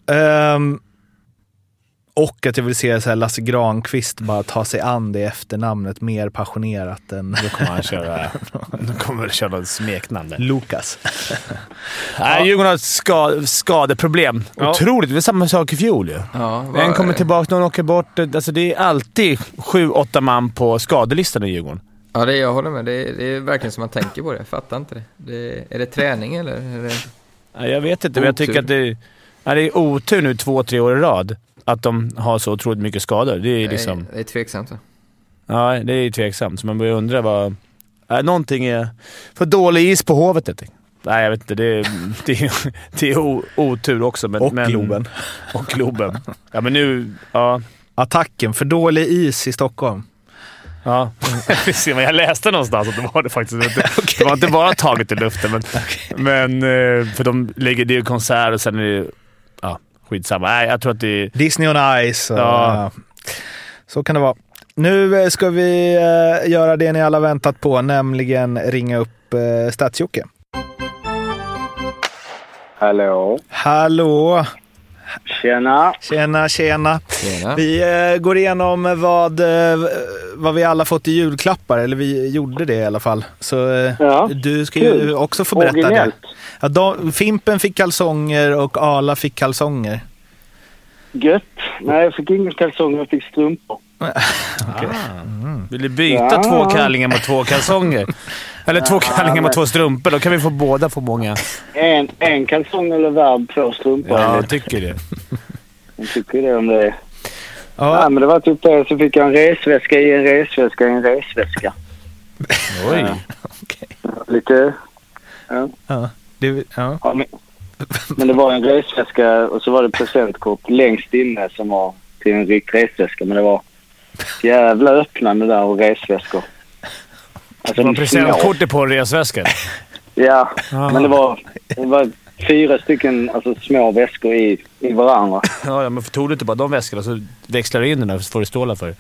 och att jag vill se så här Lasse Granqvist bara ta sig an det efternamnet mer passionerat än... Då kommer han köra... Då kommer det köra ett smeknamn. Lukas. Nej, Djurgården har skadeproblem. Otroligt, det är samma sak i fjol ju. En kommer tillbaka, någon åker bort. Alltså det är alltid 7-8 man på skadelistan i Djurgården. Ja, jag håller med. Det är verkligen som man tänker på det. Jag fattar inte det. Är det träning eller? Är det... Ja, jag vet inte, men jag tycker att det är otur nu 2-3 år i rad att de har så otroligt mycket skador. Det är liksom... Det är tveksamt. Ja, det är tveksamt. Så man börjar undra vad... någonting är för dålig is på Hovet. Nej, jag vet inte. Det är otur också. Men, Globen. Och Globen. Ja, men nu... Ja. Attacken, för dålig is i Stockholm. Ja, jag läste någonstans att det var det faktiskt. Det var inte bara taget i luften. Men för de lägger det ju konsert och sen är det... Ja, skitsamma. Nej, jag tror att det är... Disney on Ice. Ja. Så kan det vara. Nu ska vi göra det ni alla väntat på, nämligen ringa upp Stadsjocke. Hallå. Tjena. Vi går igenom vad vi alla fått i julklappar, eller vi gjorde det i alla fall. Så du ska ju också få berätta det. Ja, Fimpen fick kalsonger och Ala fick kalsonger. Gött. Nej, jag fick ingen kalsonger, jag fick strumpor. Okay. Vill du byta 2 kallingar mot 2 kalsonger? Eller 2 kallingar mot 2 strumpor? Då kan vi få båda få många. En kalsong eller värd 2 strumpor. Ja, jag tycker det. Jag tycker det om det. Ja, men det var typ det. Så fick jag en resväska i en resväska i en resväska. Oj. Okay. Lite... Ja. Men det var en resväska och så var det presentkort längst inne som var till en resväska. Men det var jävla öppnande där och resväskor. Alltså, det var presentkortet på resväskan? Ja, men det var 4 stycken alltså, små väskor i varandra. Ja, men tog du inte bara de väskorna så växlar du in den och så får du ståla för.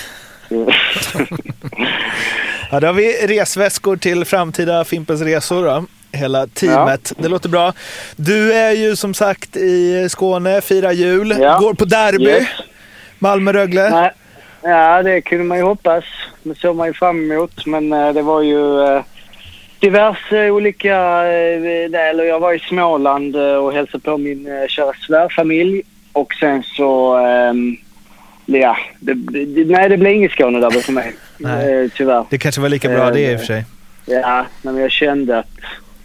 Ja, då har vi resväskor till framtida Fimpens resor då. Hela teamet. Det låter bra. Du är ju som sagt i Skåne, firar jul. Går på derby. Yes. Malmö-Rögle. Nej. Ja, det kunde man ju hoppas. Det såg man ju fram emot. Men det var ju diverse olika... Eller jag var i Småland och hälsade på min kära svärfamilj. Och sen så... det blev ingen Skåne där för mig. Tyvärr. Det kanske var lika bra det i och för sig. Ja, men jag kände att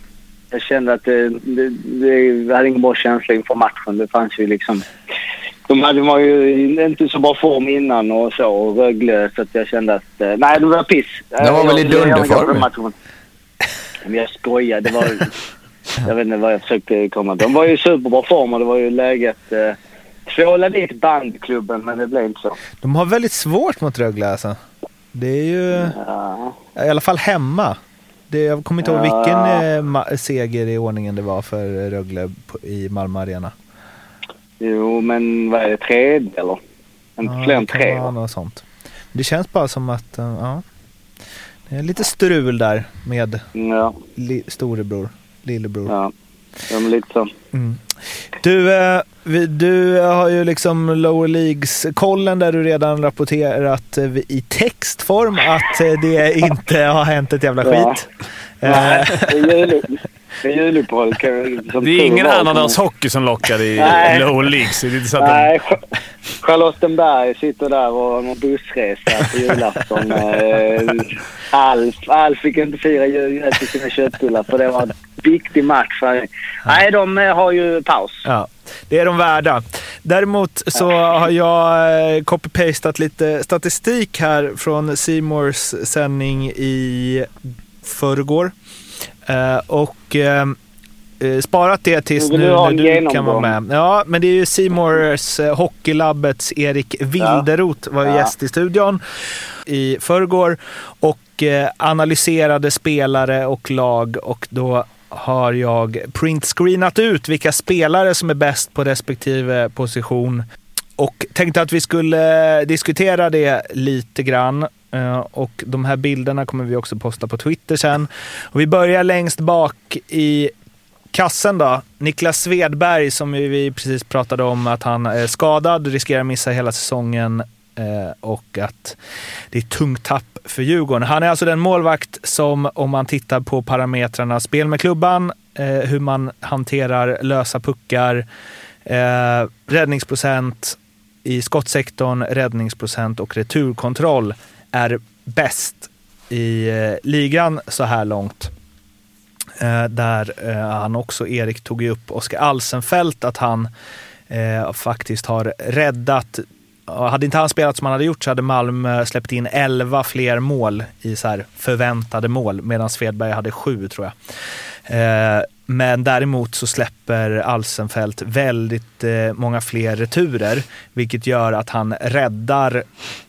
det hade ingen bra känsla inför matchen. Det fanns ju liksom... De var ju inte så bra form innan och så, och Rögle, så att jag kände att... Nej, det var piss. Det var väl i dunderform? Men jag skojar, det var... jag vet inte vad jag försökte komma. De var ju superbra form och det var ju läget... Tvåla dit bandklubben, men det blev inte så. De har väldigt svårt mot Rögle alltså. Det är ju... I alla fall hemma. Jag kommer inte ihåg vilken seger i ordningen det var för Rögle i Malmö Arena. Jo, men vad är det? 3 eller? Fler än 3. Något sånt. Det känns bara som att det är lite strul där med storebror, lillebror. Ja, de är lite så. Du har ju liksom lower leagues-kollen där du redan rapporterat i textform att det inte har hänt ett jävla skit. Nej, det är juluppehåll. Det är ingen ananashockey som lockar i lower leagues. Det är inte så att nej, Charlottenberg sitter där och har någon bussresa på julafton. Alf fick inte fira jul till sina köttbullar för det var en viktig match. Nej, de har ju paus. Ja, det är de värda. Däremot så har jag copy-pastat lite statistik här från C Mores sändning i förrgår. Och sparat det tills nu när du kan vara med. Ja, men det är ju C Mores Hockeylabbets Erik Wilderoth var gäst i studion i förrgår och analyserade spelare och lag, och då har jag printscreenat ut vilka spelare som är bäst på respektive position och tänkte att vi skulle diskutera det lite grann. Och de här bilderna kommer vi också posta på Twitter sen. Och vi börjar längst bak i kassen då. Niklas Svedberg, som vi precis pratade om att han är skadad, riskerar missa hela säsongen och att det är tungt tapp för Djurgården. Han är alltså den målvakt som, om man tittar på parametrarna spel med klubban, hur man hanterar lösa puckar, räddningsprocent i skottsektorn, räddningsprocent och returkontroll, är bäst i ligan så här långt. Där han också, Erik tog ju upp Oskar Alsenfelt, att han faktiskt har räddat. Hade inte han spelat som han hade gjort så hade Malmö släppt in 11 fler mål i så här förväntade mål, medan Svedberg hade 7 tror jag. Men däremot så släpper Alsenfelt väldigt många fler returer, vilket gör att han räddar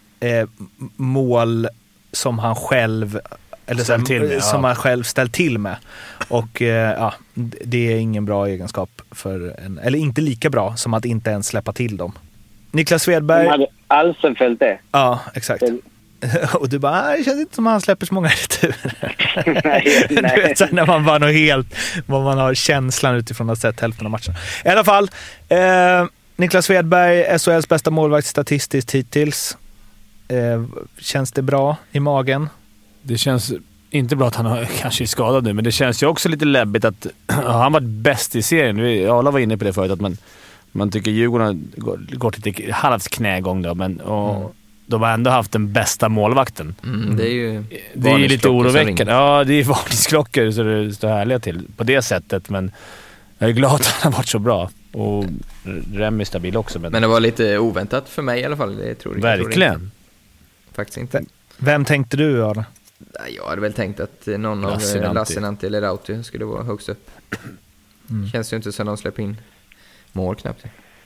mål som han själv som han själv ställt till med. Och det är ingen bra egenskap för eller inte lika bra som att inte ens släppa till dem. Niklas Svedberg. De hade Alsenfelt det. Ja, exakt. Och du bara, det känns inte som att han släpper så många returer. nej. Du vet, så när man var nog helt, vad man har känslan utifrån att ha sett hälften av matchen. I alla fall, Niklas Svedberg, SHLs bästa målvakt statistiskt hittills. Känns det bra i magen? Det känns inte bra att han kanske är skadad nu, men det känns ju också lite läbbigt att han varit bäst i serien. Alla var inne på det förut, att man tycker Djurgården har gått lite halvt knägång då, men de har ändå haft den bästa målvakten. Det är ju lite oroväckande. Ja, det är varningsklockor så det står härliga till på det sättet, men jag är glad att han har varit så bra. Och Rem är stabil också. Men det var lite oväntat för mig i alla fall. Det tror jag. Verkligen. Faktiskt inte. Vem tänkte du, Arne? Jag hade väl tänkt att någon av Lassinantti eller Rauti skulle vara högst upp. Känns ju inte som de släpper in mål knappt.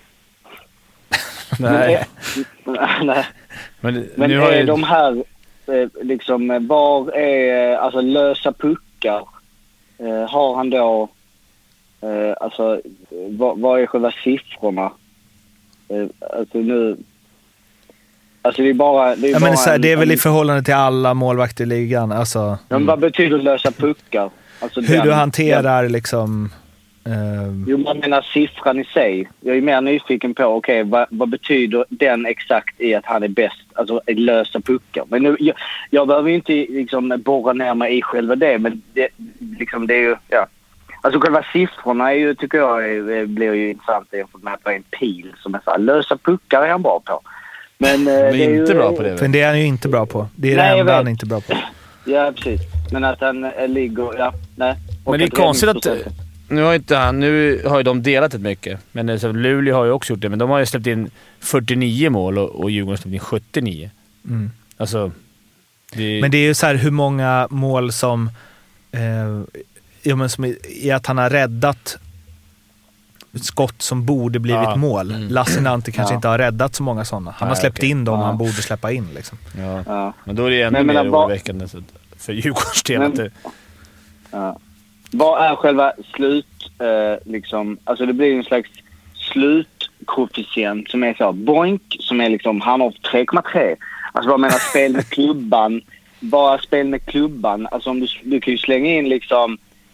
Nej. Men nu har ju de här liksom, var är alltså lösa puckar, har han då alltså vad är själva siffrorna? Alltså nu, alltså det är bara det är, bara men det är väl i förhållande till alla målvakter i ligan, alltså. Vad betyder lösa puckar? Alltså hur du hanterar liksom. Jo, man menar siffran i sig. Jag är mer nyfiken på, vad betyder den exakt i att han är bäst, alltså lösa puckar. Men nu, jag behöver ju inte liksom borra ner mig i själva det, men det är ju, alltså själva siffrorna är ju, tycker jag, blir ju intressant jämfört med en pil som är så här, lösa puckar är han bra på. Men det är inte ju, bra på det. För det är han ju inte bra på. Det är det enda han är inte bra på. Ja, precis. Men att han ligger, nej. Men det är konstigt att nu har ju de delat ett mycket. Men så Luleå har ju också gjort det. Men de har ju släppt in 49 mål och Djurgården har släppt in 79. Alltså, men det är ju så här hur många mål som som i att han har räddat skott som borde blivit mål. Lassinantti kanske inte har räddat så många sådana. Han har släppt in dem han borde släppa in liksom. Ja. Men då är det ännu mer oroväckande för Djurgårdens del. Vad är själva slut liksom, alltså det blir en slags slutkoefficient som är så boink, som är liksom, han har 3,3. Alltså vad menar spel med klubban? Bara spel med klubban, alltså om du kan ju slänga in liksom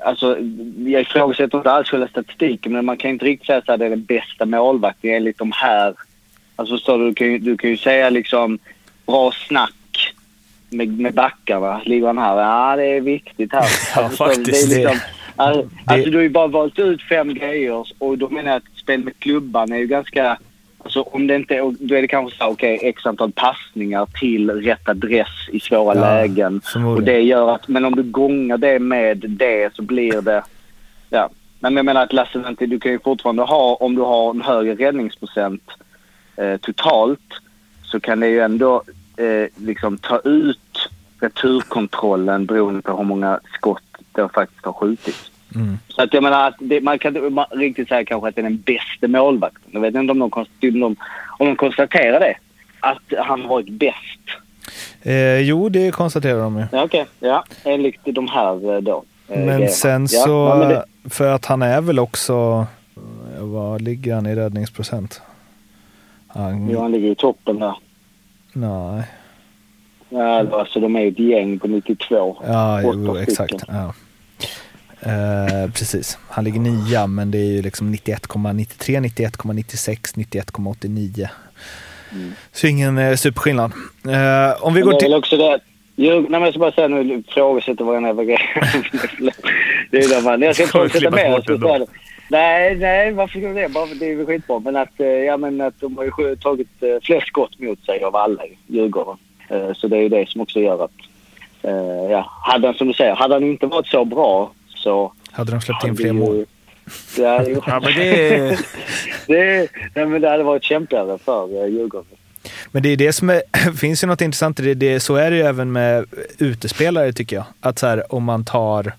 alltså, jag ifrågasätter inte alls själva statistiken, men man kan inte riktigt säga att det är den bästa målvakten enligt de här. Alltså så du kan ju säga liksom bra snack med backarna. Ligger han här? Ja, det är viktigt här. Ja, alltså, faktiskt. det är liksom, alltså du har ju bara valt ut 5 grejer, och då menar jag att spel med klubban är ju ganska... Alltså om det inte, då är det kanske så x antal passningar till rätt adress i svåra lägen. Och det gör att, men om du gångar det med det så blir det, ja. Men jag menar att Lasse Wendt, du kan ju fortfarande ha, om du har en högre räddningsprocent totalt, så kan det ju ändå liksom ta ut returkontrollen beroende på hur många skott det faktiskt har skjutit. Mm. Så att jag menar att man kan inte riktigt säga kanske att det är den bästa målvakten. Jag vet inte om de konstaterar det, att han har varit bäst. Jo, det konstaterar de ju. Ja, okej. Ja, enligt de här då. Men sen så, för att han är väl också, vad ligger han i räddningsprocent? Han ligger i toppen där. Nej. Ja, alltså de är ett gäng på 92. Ja, jo, exakt. Ja. Precis. Han ligger 9, men det är ju liksom 91,93, 91,96, 91,89. Så ingen superskillnad. Om vi går till... också det. Nej, men jag ska bara säga nu, frågesätter vad jag är grej. Det är det man. Jag ska frågesätta mer. Nej, varför ska det? Bara det är väl skitbra. Men att de har ju tagit fler skott mot sig av alla i Djurgården. Så det är ju det som också gör att hade han, som du säger, hade han inte varit så bra, så hade de släppt in fler mål. Ja, men det hade varit kämpigare för Djurgården. Men det är det som är, finns ju något intressant i det. Så är det ju även med utespelare, tycker jag. Att så här, om man tar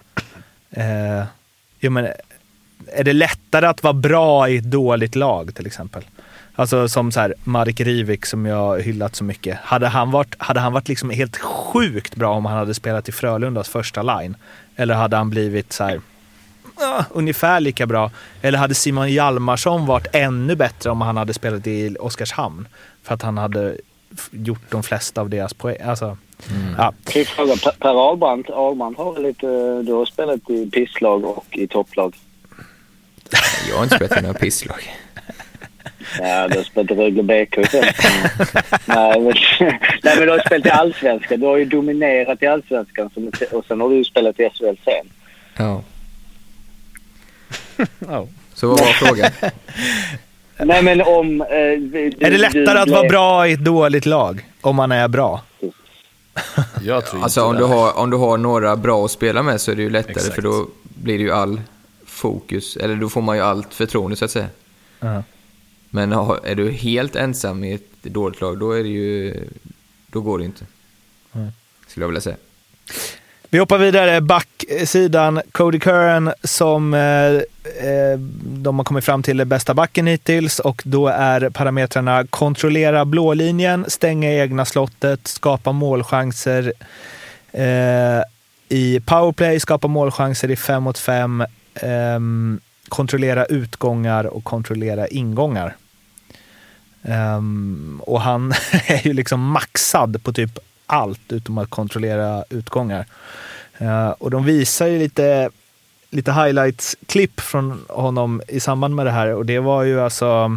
är det lättare att vara bra i ett dåligt lag till exempel? Alltså som så här Marek Rivik, som jag hyllat så mycket. Hade han varit liksom helt sjukt bra om han hade spelat i Frölundas första line? Eller hade han blivit så här ungefär lika bra? Eller hade Simon Hjalmarsson varit ännu bättre om han hade spelat i Oskarshamn? För att han hade gjort de flesta av deras poäng. Alltså, ja. Jag frågar Per Ahlbrand har lite, du har spelat i pisslag och i topplag. Jag har inte spelat i några pisslag. Ja, du har spelat i Rögle BK. Nej, men du har spelat i Allsvenskan. Du har ju dominerat i Allsvenskan och sen har du ju spelat i SHL sen. Ja. Så vad var frågan? Nej, men om... är det lättare att vara bra i ett dåligt lag om man är bra? Jag tror alltså om du har några bra att spela med, så är det ju lättare. Exakt. För då blir det ju all fokus, eller då får man ju allt förtroende så att säga. Men är du helt ensam i ett dåligt lag, då går det inte. Skulle jag vilja säga. Vi hoppar vidare. Backsidan, Cody Curran, som de har kommit fram till är bästa backen hittills, och då är parametrarna kontrollera blålinjen, stänga egna slottet, skapa målchanser i powerplay, skapa målchanser i 5-mot-5, kontrollera utgångar och kontrollera ingångar. Och han är ju liksom maxad på typ allt utom att kontrollera utgångar. Och de visar ju lite highlights-klipp från honom i samband med det här, och det var ju alltså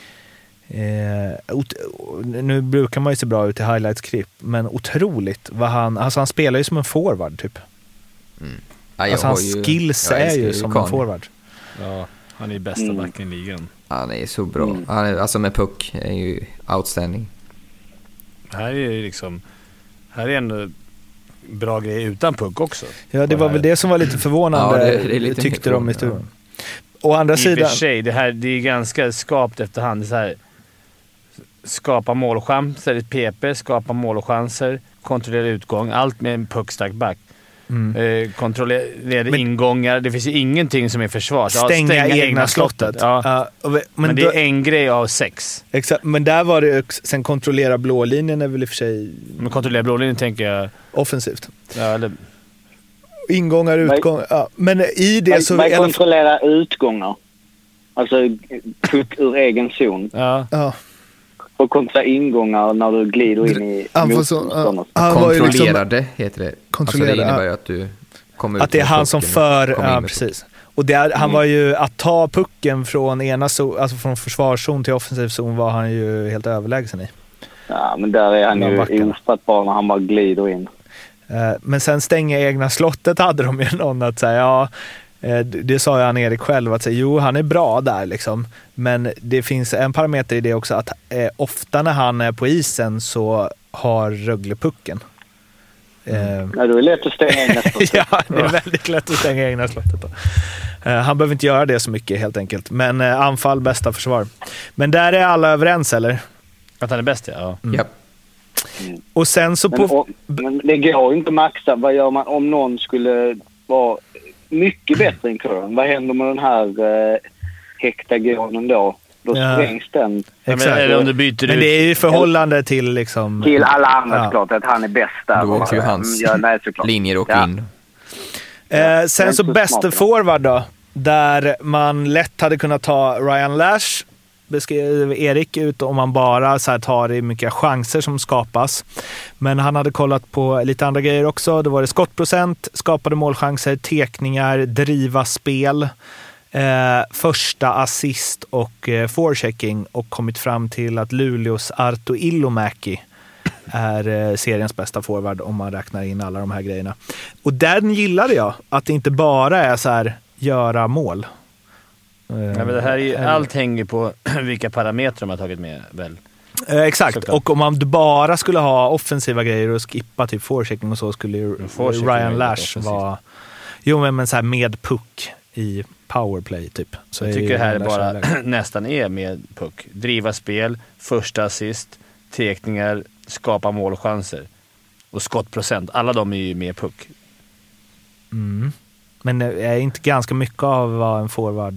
nu brukar man ju se bra ut i highlights-klipp, men otroligt vad han spelar ju som en forward typ. Alltså hans skills är ju som en forward. Ja, han är ju bästa backen i ligan. Han är så bra. Han är, alltså med puck är ju outstanding. Här är ändå bra grej utan puck också. Ja, det var väl det som var lite förvånande, det är lite tyckte de i studion. Å andra sidan... I och för sig, det är ganska skapt efterhand. Så här, skapa målchanser, ett PP, skapa målchanser, kontrollera utgång, allt med en puckstark back. Kontrollera ingångar. Det finns ju ingenting som är försvar. Stänga egna slottet. Ja. Men det är en grej av 6. Exakt, men där var det sen kontrollera blålinjen är väl i och för sig... Men kontrollera blålinjen tänker jag... Offensivt. Ja, eller... Ingångar, utgångar. Ja. Men i det så... Man kontrollera utgångar. Alltså puck ur egen zon. Ja. Och kontrollera ingångar när du glider in i motståndaren. Kontrollerade heter det. Kontrollerade, alltså det innebär ju att du komma ut att det är med han som pucken för... och komma in Ja, med precis. Och han var ju... Att ta pucken från alltså från försvarszon till offensiv zon var han ju helt överlägsen i. Ja, men där är han ju ofattbar när han bara glider in. Men sen stänga egna slottet hade de ju någon att säga, det sa ju han Erik själv, att säga, jo han är bra där liksom, men det finns en parameter i det också, att ofta när han är på isen så har Rögle pucken. Ja, då är det lätt att stänga egna slottet. Ja, det är väldigt lätt att stänga egna slottet då. Han behöver inte göra det så mycket helt enkelt, men anfall, bästa försvar. Men där är alla överens, eller? Att han är bäst, ja. Ja. Och sen så men det går ju inte att maxa. Vad gör man om någon skulle vara mycket bättre än Curran? Vad händer med den här hektagonen då? Då sprängs den. Exakt. Eller om du byter men det är ju förhållande till liksom... Till alla andra såklart, att han är bäst där. Då åker ju hans linjer och in. Sen så bästa forward då, där man lätt hade kunnat ta Ryan Lash, beskrev Erik ut, om man bara så här tar det mycket chanser som skapas. Men han hade kollat på lite andra grejer också. Det var det skottprocent, skapade målchanser, tekningar, driva spel, första assist och forechecking, och kommit fram till att Luleås Arto Ilomäki är seriens bästa forward om man räknar in alla de här grejerna. Och den gillade jag, att det inte bara är så här göra mål. Ja, men det här är ju, allt hänger på vilka parametrar de har tagit med väl. Exakt, såklart. och om man bara skulle ha offensiva grejer och skippa typ forechecking och så, skulle ju Ryan Lash vara... Jo, men så här med puck i powerplay typ. Så jag tycker det här bara nästan är med puck. Driva spel, första assist, tekningar, skapa målchanser och skottprocent. Alla de är ju med puck. Mm. Men det är inte ganska mycket av vad en forward...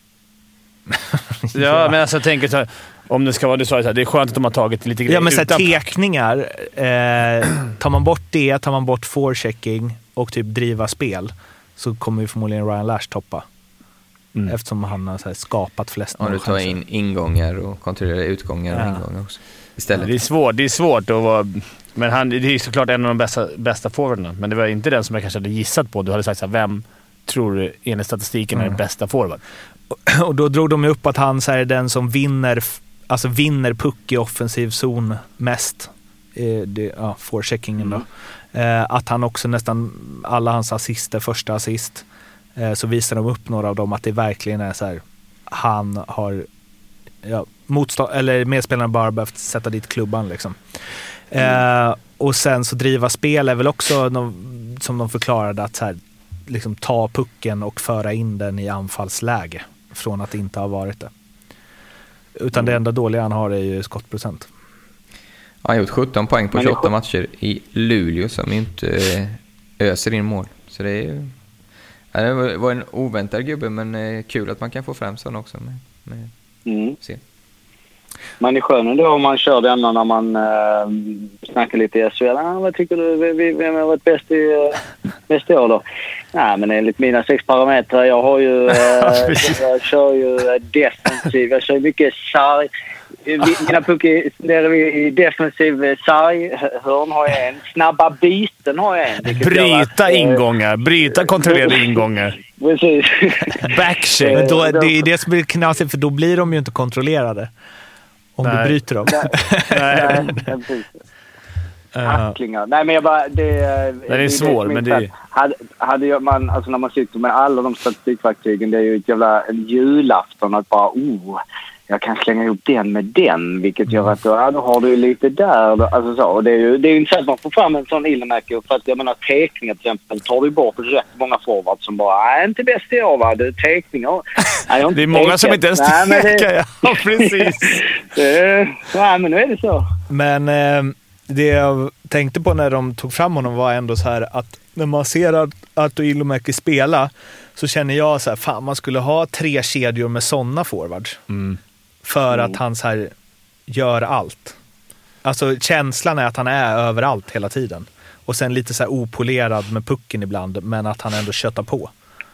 Ja, men alltså jag tänker så här, om det ska vara, du sa så här, det är skönt att de har tagit lite grejer. Ja, men så här, tekningar, tar man bort det, tar man bort forechecking och typ driva spel, så kommer ju förmodligen Ryan Lash toppa. Eftersom han har så här skapat flest mål. Ja, du tar in ingångar och kontrollerar utgångar och ingångar också. Istället. Det är svårt att vara... Men det är såklart en av de bästa forwarderna. Men det var inte den som jag kanske hade gissat på. Du hade sagt så här, vem tror du enligt statistiken är den bästa forward? Och då drog de upp att han så här, är den som vinner puck i offensiv zon mest. Forecheckingen då. Att han också nästan alla hans assister, första assist, så visar de upp några av dem, att det verkligen är så här, han har eller medspelarna bara behövt sätta dit klubban liksom. Och sen så driva spel är väl också som de förklarade, att så här, liksom ta pucken och föra in den i anfallsläge från att inte ha varit det. Utan det enda dåliga han har är ju skottprocent. Han har gjort 17 poäng på 28 matcher i Luleå som inte öser in mål. Så det är ju... Det var en oväntad gubbe, men kul att man kan få fram sån också. Se. Man är skön ändå om man kör denna när man snackar lite i SHL. Vad tycker du? Vem har varit bäst i år då? Nej, men enligt mina 6 parametrar. Jag har ju... jag kör ju defensiv. Jag kör mycket sarg. Mina puckar där i defensiv sarg. Hörn har jag en. Snabba byten har jag en. Bryta ingångar. Bryta kontrollerade ingångar. Precis. Backcheck. Men då, det är det som blir knasigt, för då blir de ju inte kontrollerade. Om du bryter dem. Nej, precis. Tacklingar. Nej, men jag bara... Det är svår, men det... Hade man, alltså när man sitter med alla de statistikverktygen, det är ju ett jävla julafton att bara, jag kan slänga ihop den med den, vilket gör att då har du lite där. Alltså så, och det är ju inte så att man får fram en sån Ilomäki, för att jag menar teckningar till exempel, tar du bort rätt många forwards som bara, inte bäst i år va, det är teckningar. Det är många som inte ens teckar, ja precis. Nej, men nu är det så. Men det jag tänkte på när de tog fram honom var ändå så här, att när man ser att Arto Ilomäki spela, så känner jag så här, fan man skulle ha 3 kedjor med sådana forwards. För att han så här gör allt. Alltså känslan är att han är överallt hela tiden. Och sen lite så här opolerad med pucken ibland, men att han ändå köttar på.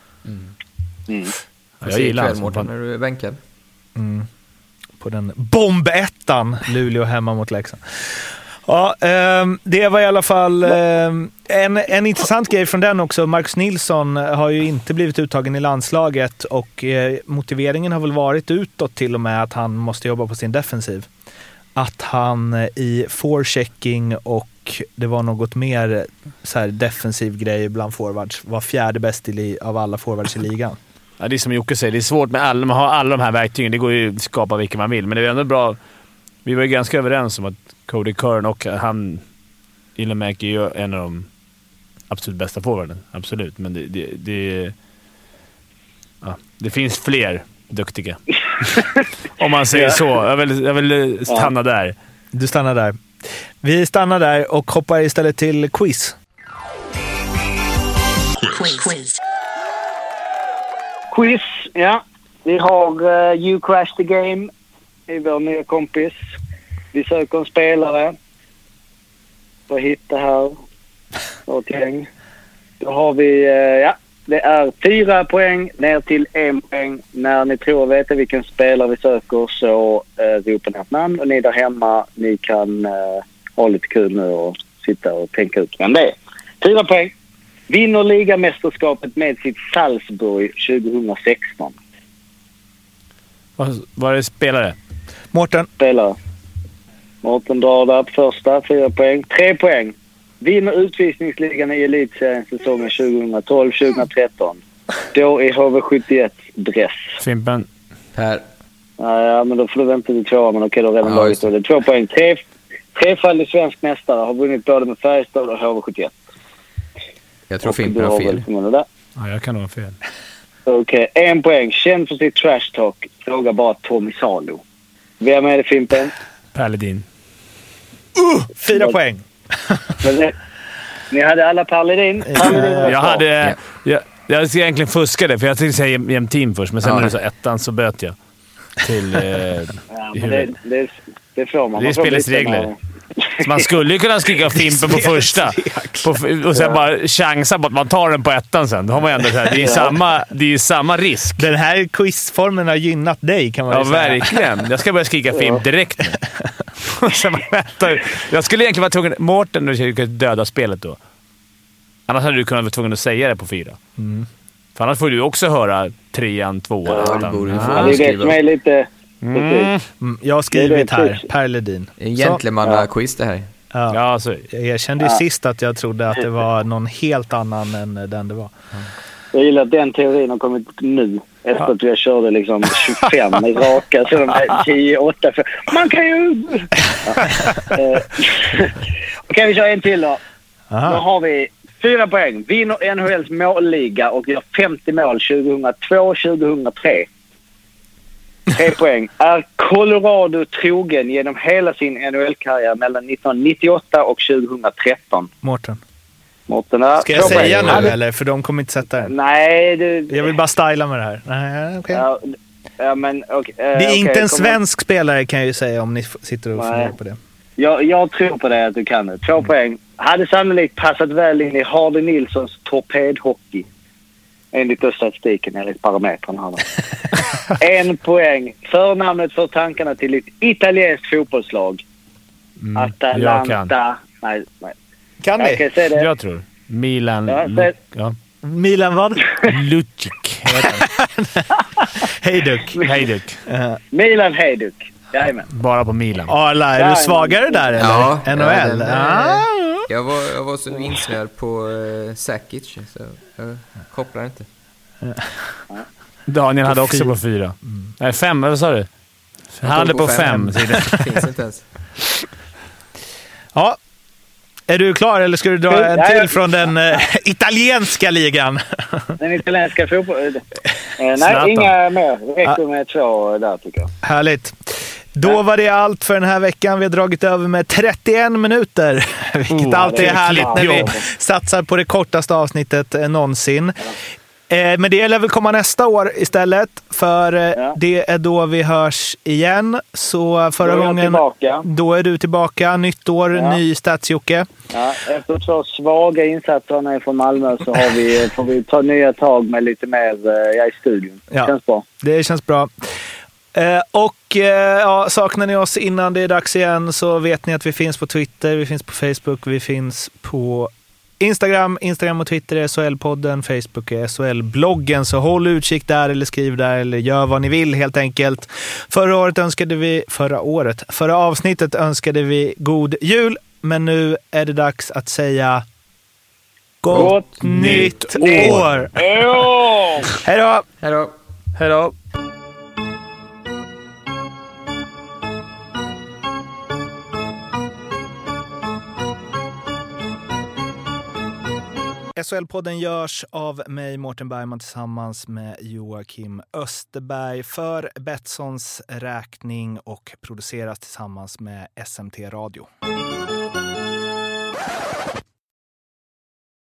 Jag gillar Mårten när du är bänkad. På den bombettan Luleå hemma mot Leksand. Ja, det var i alla fall en intressant grej från den också. Marcus Nilsson har ju inte blivit uttagen i landslaget och motiveringen har väl varit utåt till och med att han måste jobba på sin defensiv. Att han i forechecking och det var något mer så här defensiv grej bland forwards var fjärde bäst av alla forwards i ligan. Ja, det är som Jocke säger, det är svårt med alla, man har alla de här verktygen. Det går ju att skapa vilken man vill, men det är ändå bra. Vi var ju ganska överens om att Cody Curran och han Illumäki är ju en av de absolut bästa forwarden. Absolut, men det finns fler duktiga. Om man säger så. Jag vill stanna där. Du stannar där. Vi stannar där och hoppar istället till quiz. Quiz, ja. Vi har You Crash the Game i vår nya kompis. Vi söker en spelare. För att hitta här. Och gäng. Då har vi, det är 4 poäng ner till 1 poäng. När ni tror vet vilken spelare vi söker så ropar ni ett namn. Och ni där hemma, ni kan ha lite kul nu och sitta och tänka ut vem det är. 4 poäng. Vinner ligamästerskapet med sitt Salzburg 2016. Vad är det spelare? Mårten. Spelare. Mårten drar där på första. 4 poäng. 3 poäng. Vinner utvisningsligan i elitserien säsongen 2012-2013. Då i HV71 dress. Fimpen. Per. Ja, men då får du vänta till 2 men okej, då redan laget då. Det är 2 poäng. 3-fallig svensk mästare. Har vunnit både med Färjestad och HV71. Jag tror Fimpen har fel. Ja, jag kan nog ha fel. Okej, 1 poäng. Känd för sitt trash talk. Fråga bara Tommy Salo. Vem är det, Fimpen? Per Ledin. 4 poäng. Ni hade alla Per Ledin. Jag ska egentligen fuska det, för jag tänkte säga jämt team först, men sen när du sa ettan så böt jag till i huvudet. Det får man. Det är spelets regler. Så man skulle ju kunna skrika Fimpen på första och sen bara chansa på att man tar den på ettan sen. Då har man ändå så här, det är ju samma risk. Den här quizformen har gynnat dig, kan man säga. Ja, verkligen. Jag ska börja skrika Fimp direkt nu. Jag skulle egentligen vara tvungen... Mårten, du skulle döda spelet då. Annars hade du kunnat vara tvungen att säga det på 4. Mm. För annars får du också höra 3, 2. Det är det som är lite... Jag har skrivit här, Per Ledin. En gentlemanna-quiz det här. Ja, alltså, jag kände ju sist att jag trodde att det var någon helt annan än den det var. Jag gillar att den teorin har kommit nu. Efter att jag körde liksom 25 i raka. Så de är 10, 8, 5. Man kan ju... Okej, vi kör en till då. Aha. Då har vi 4 poäng. Vinner NHLs målliga och gör 50 mål 2002-2003. 3 poäng. Är Colorado trogen genom hela sin NHL-karriär mellan 1998 och 2013? Mårten, ska jag säga nu eller? För de kommer inte sätta det. Nej, jag vill bara styla med det här. Nej, okay. Ja, men okay, det är inte en svensk spelare, kan jag ju säga, om ni sitter och funderar på det. Jag tror på det att du kan det. 2 poäng. Hade sannolikt passat väl in i Hardy Nilssons torpedhockey. Enligt statistiken, enligt parametrarna. 1 poäng. Förnamnet för tankarna till ett italienskt fotbollslag. Atalanta. Nej. Kan ni? Jag säga det. Jag tror. Milan. Milan vad? Lucic. Hejduk. Milan Hejduk. Jajamän. Bara på Milan. Arla, är du svagare där eller? Ja, NHL? Jag var så insnöad på Sakic, så jag kopplar inte. Daniel hade också på 4. Nej, 5, vad sa du? Han hade på 5. Finns inte ens. Ja. Är du klar eller ska du dra en till från den italienska ligan? Den italienska fotbollen? Nej, inga mer. Det räcker med 2 där, tycker jag. Härligt. Då var det allt för den här veckan. Vi har dragit över med 31 minuter. Vilket alltid är härligt när vi satsar på det kortaste avsnittet någonsin. Men det lär väl komma nästa år istället. För det är då vi hörs igen. Så förra gången... Då är du tillbaka. Nytt år, ny Stats-Jocke. Ja, efter 2 svaga insatser från Malmö så får vi ta nya tag med lite mer i studion. Det känns bra. Det känns bra. Saknar ni oss innan det är dags igen så vet ni att vi finns på Twitter, vi finns på Facebook, vi finns på Instagram och Twitter är SHL-podden, Facebook är SHL-bloggen, så håll utkik där eller skriv där eller gör vad ni vill helt enkelt. Förra avsnittet önskade vi god jul, men nu är det dags att säga gott nytt år! Hej då! Hej då! Hej då! SHL-podden görs av mig, Mårten Bergman, tillsammans med Joakim Österberg för Betssons räkning och produceras tillsammans med SMT Radio.